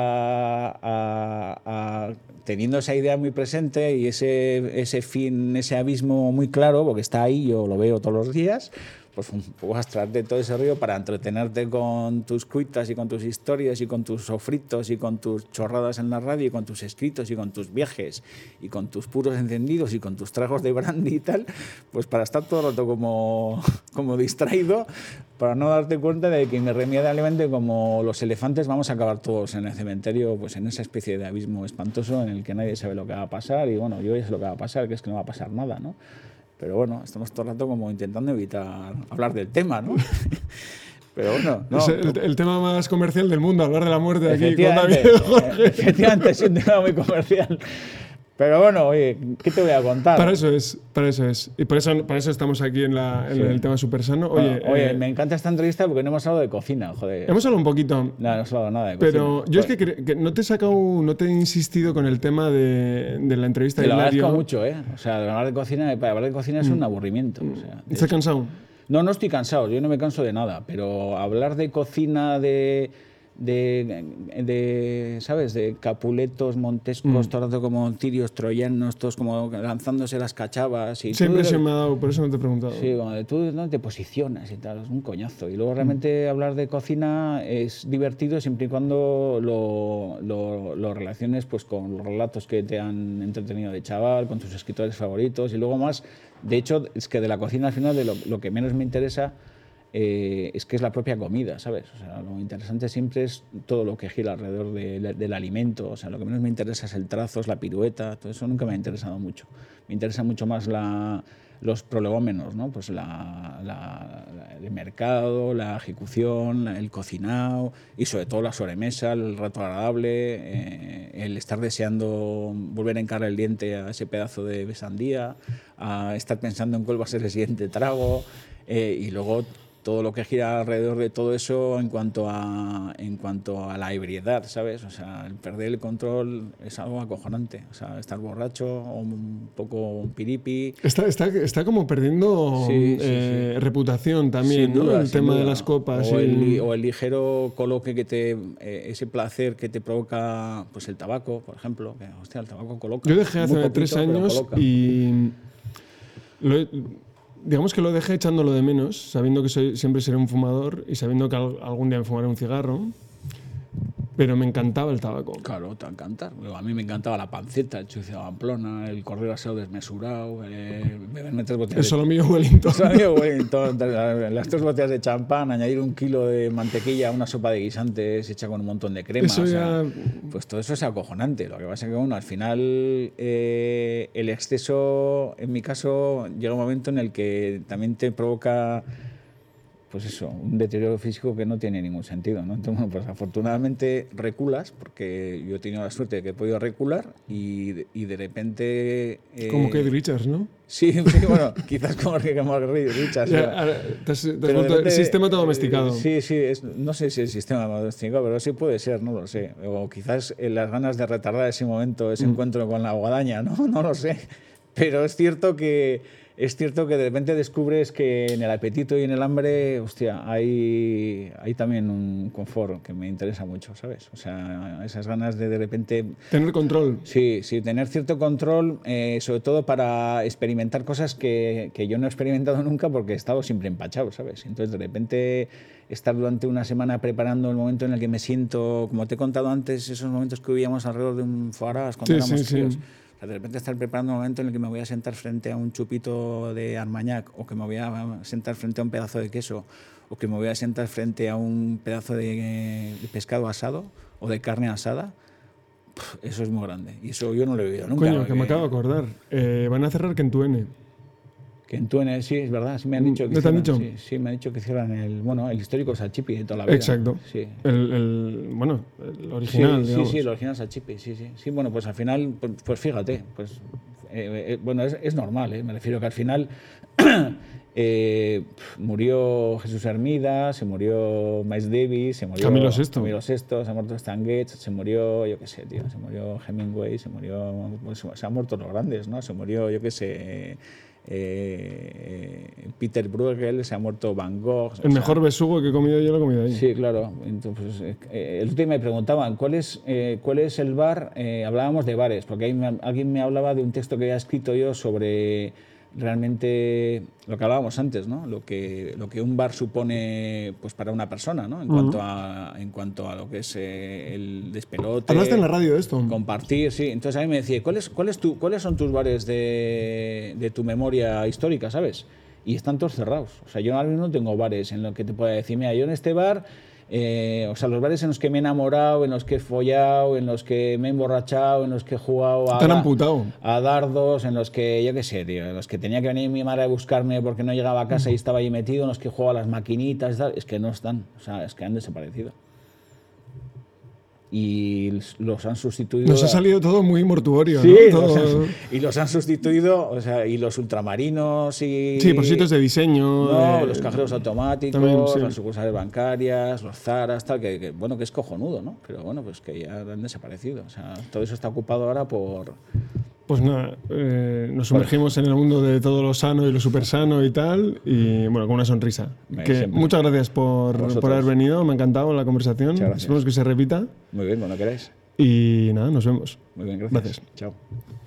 teniendo esa idea muy presente y ese fin, ese abismo muy claro, porque está ahí, yo lo veo todos los días, pues vas a abstraerte todo ese río para entretenerte con tus cuitas y con tus historias y con tus sofritos y con tus chorradas en la radio y con tus escritos y con tus viajes y con tus puros encendidos y con tus tragos de brandy y tal, pues para estar todo el rato como distraído, para no darte cuenta de que irremediablemente como los elefantes vamos a acabar todos en el cementerio, pues en esa especie de abismo espantoso en el que nadie sabe lo que va a pasar y bueno, yo ya sé lo que va a pasar, que es que no va a pasar nada, ¿no? Pero bueno, estamos todo el rato como intentando evitar hablar del tema, ¿no? Pero bueno, no. Es el tema más comercial del mundo, hablar de la muerte aquí con David Jorge. Efectivamente, es un tema muy comercial. Pero bueno, oye, ¿qué te voy a contar? Para eso es. Y por eso estamos aquí en el tema Súper Sano. Oye, me encanta esta entrevista porque no hemos hablado de cocina, joder. Hemos hablado un poquito. No hemos hablado nada de cocina. Pero yo es que no te he insistido con el tema de la entrevista. Te lo agradezco mucho, ¿eh? O sea, hablar de cocina es un aburrimiento. O sea, ¿Estás cansado? No estoy cansado, yo no me canso de nada, pero hablar de cocina, ¿sabes? De Capuletos, Montescos, todo el rato como tirios troyanos, todos como lanzándose las cachavas. Y siempre se me ha dado, por eso no te he preguntado. Sí, como tú no te posicionas y tal, es un coñazo. Y luego realmente hablar de cocina es divertido siempre y cuando lo relaciones pues, con los relatos que te han entretenido de chaval, con tus escritores favoritos y luego más. De hecho, es que de la cocina al final lo que menos me interesa es que es la propia comida, ¿sabes? O sea, lo interesante siempre es todo lo que gira alrededor del alimento. O sea, lo que menos me interesa es el trazo, es la pirueta, todo eso nunca me ha interesado mucho. Me interesa mucho más los prolegómenos, ¿no? Pues el mercado, la ejecución, el cocinado y sobre todo la sobremesa, el rato agradable, el estar deseando volver a encarar el diente a ese pedazo de sandía, a estar pensando en cuál va a ser el siguiente trago y luego todo lo que gira alrededor de todo eso en cuanto a la ebriedad, ¿sabes? O sea, el perder el control es algo acojonante. O sea, estar borracho o un poco piripi. Está como perdiendo reputación también, sin duda, ¿no? El tema de las copas. O el ligero coloque ese placer que te provoca pues el tabaco, por ejemplo. Que, hostia, el tabaco coloca. Yo dejé hace 3 años y... Digamos que lo dejé echándolo de menos, sabiendo que siempre seré un fumador y sabiendo que algún día me fumaré un cigarro, pero me encantaba el tabaco. Claro, te encanta. A mí me encantaba la panceta, el chucio de Pamplona, el cordero asado desmesurado, beberme 3 botellas el solomillo Wellington. Las 3 botellas de champán, añadir 1 kilo de mantequilla a una sopa de guisantes hecha con un montón de crema. Eso ya... Pues todo eso es acojonante. Lo que pasa es que, bueno, al final el exceso, en mi caso, llega un momento en el que también te provoca... pues eso, un deterioro físico que no tiene ningún sentido, ¿no? Entonces, bueno, pues afortunadamente reculas, porque yo he tenido la suerte de que he podido recular y de repente... como Keith Richards, ¿no? Sí, bueno, quizás como Richards. El sistema todo domesticado. Sí, no sé si el sistema domesticado, pero sí puede ser, no lo sé. O quizás las ganas de retardar ese momento, ese encuentro con la guadaña, ¿no? No lo sé. Pero es cierto que de repente descubres que en el apetito y en el hambre, hostia, hay también un confort que me interesa mucho, ¿sabes? O sea, esas ganas de repente... Tener control. Sí, tener cierto control, sobre todo para experimentar cosas que yo no he experimentado nunca porque he estado siempre empachado, ¿sabes? Entonces, de repente, estar durante una semana preparando el momento en el que me siento, como te he contado antes, esos momentos que vivíamos alrededor de un foie gras cuando éramos críos. De repente estar preparando un momento en el que me voy a sentar frente a un chupito de Armagnac o que me voy a sentar frente a un pedazo de queso o que me voy a sentar frente a un pedazo de pescado asado o de carne asada, Eso es muy grande. Y eso yo no lo he oído nunca. Coño, que me acabo de acordar. Van a cerrar Kentuene. Kentuene, sí, es verdad. Sí me han dicho que ¿No te han dicho? Sí, me han dicho que cierran el histórico Salchipi de toda la vida. Exacto. Sí. El original, digamos. Sí, el original Salchipi, sí. Sí, bueno, pues al final, pues fíjate, pues bueno, es normal, me refiero que al final murió Jesús Hermida, se murió Miles Davis, se murió Camilo VI, se ha muerto Stan Getz, se murió, yo qué sé, tío, se murió Hemingway, se han muerto los grandes, ¿no? Se murió, yo qué sé, Peter Bruegel, se ha muerto Van Gogh. El mejor besugo que he comido yo lo he comido ahí. Sí, claro. Entonces, el otro día me preguntaban cuál es el bar. Hablábamos de bares, porque alguien me hablaba de un texto que había escrito yo sobre realmente lo que hablábamos antes, ¿no? Lo que un bar supone, pues, para una persona, ¿no? En cuanto a lo que es el despelote. ¿Hablaste en la radio de esto? Compartir, sí. Entonces a mí me decía, ¿cuáles son tus bares de tu memoria histórica, sabes? Y están todos cerrados. O sea, yo ahora mismo no tengo bares en los que te pueda decir, mira, yo en este bar, o sea, los bares en los que me he enamorado, en los que he follado, en los que me he emborrachado, en los que he jugado a dardos, en los que, yo qué sé, tío, en los que tenía que venir mi madre a buscarme porque no llegaba a casa y estaba ahí metido, en los que he jugado a las maquinitas y tal, es que no están, o sea, es que han desaparecido. Y los han sustituido. Nos ha salido todo muy mortuorio. Sí, ¿no? Todo... y los han sustituido, o sea, y los ultramarinos y. Sí, por sitios de diseño. No, los cajeros automáticos, también, sí. las sucursales bancarias, los Zaras, tal, que bueno, que es cojonudo, ¿no? Pero bueno, pues que ya han desaparecido. O sea, todo eso está ocupado ahora por. Pues nada, nos sumergimos en el mundo de todo lo sano y lo súper sano y tal, y bueno, con una sonrisa. Muchas gracias por haber venido, me ha encantado la conversación, esperemos que se repita. Muy bien, cuando queráis. Y nada, nos vemos. Muy bien, gracias. Chao.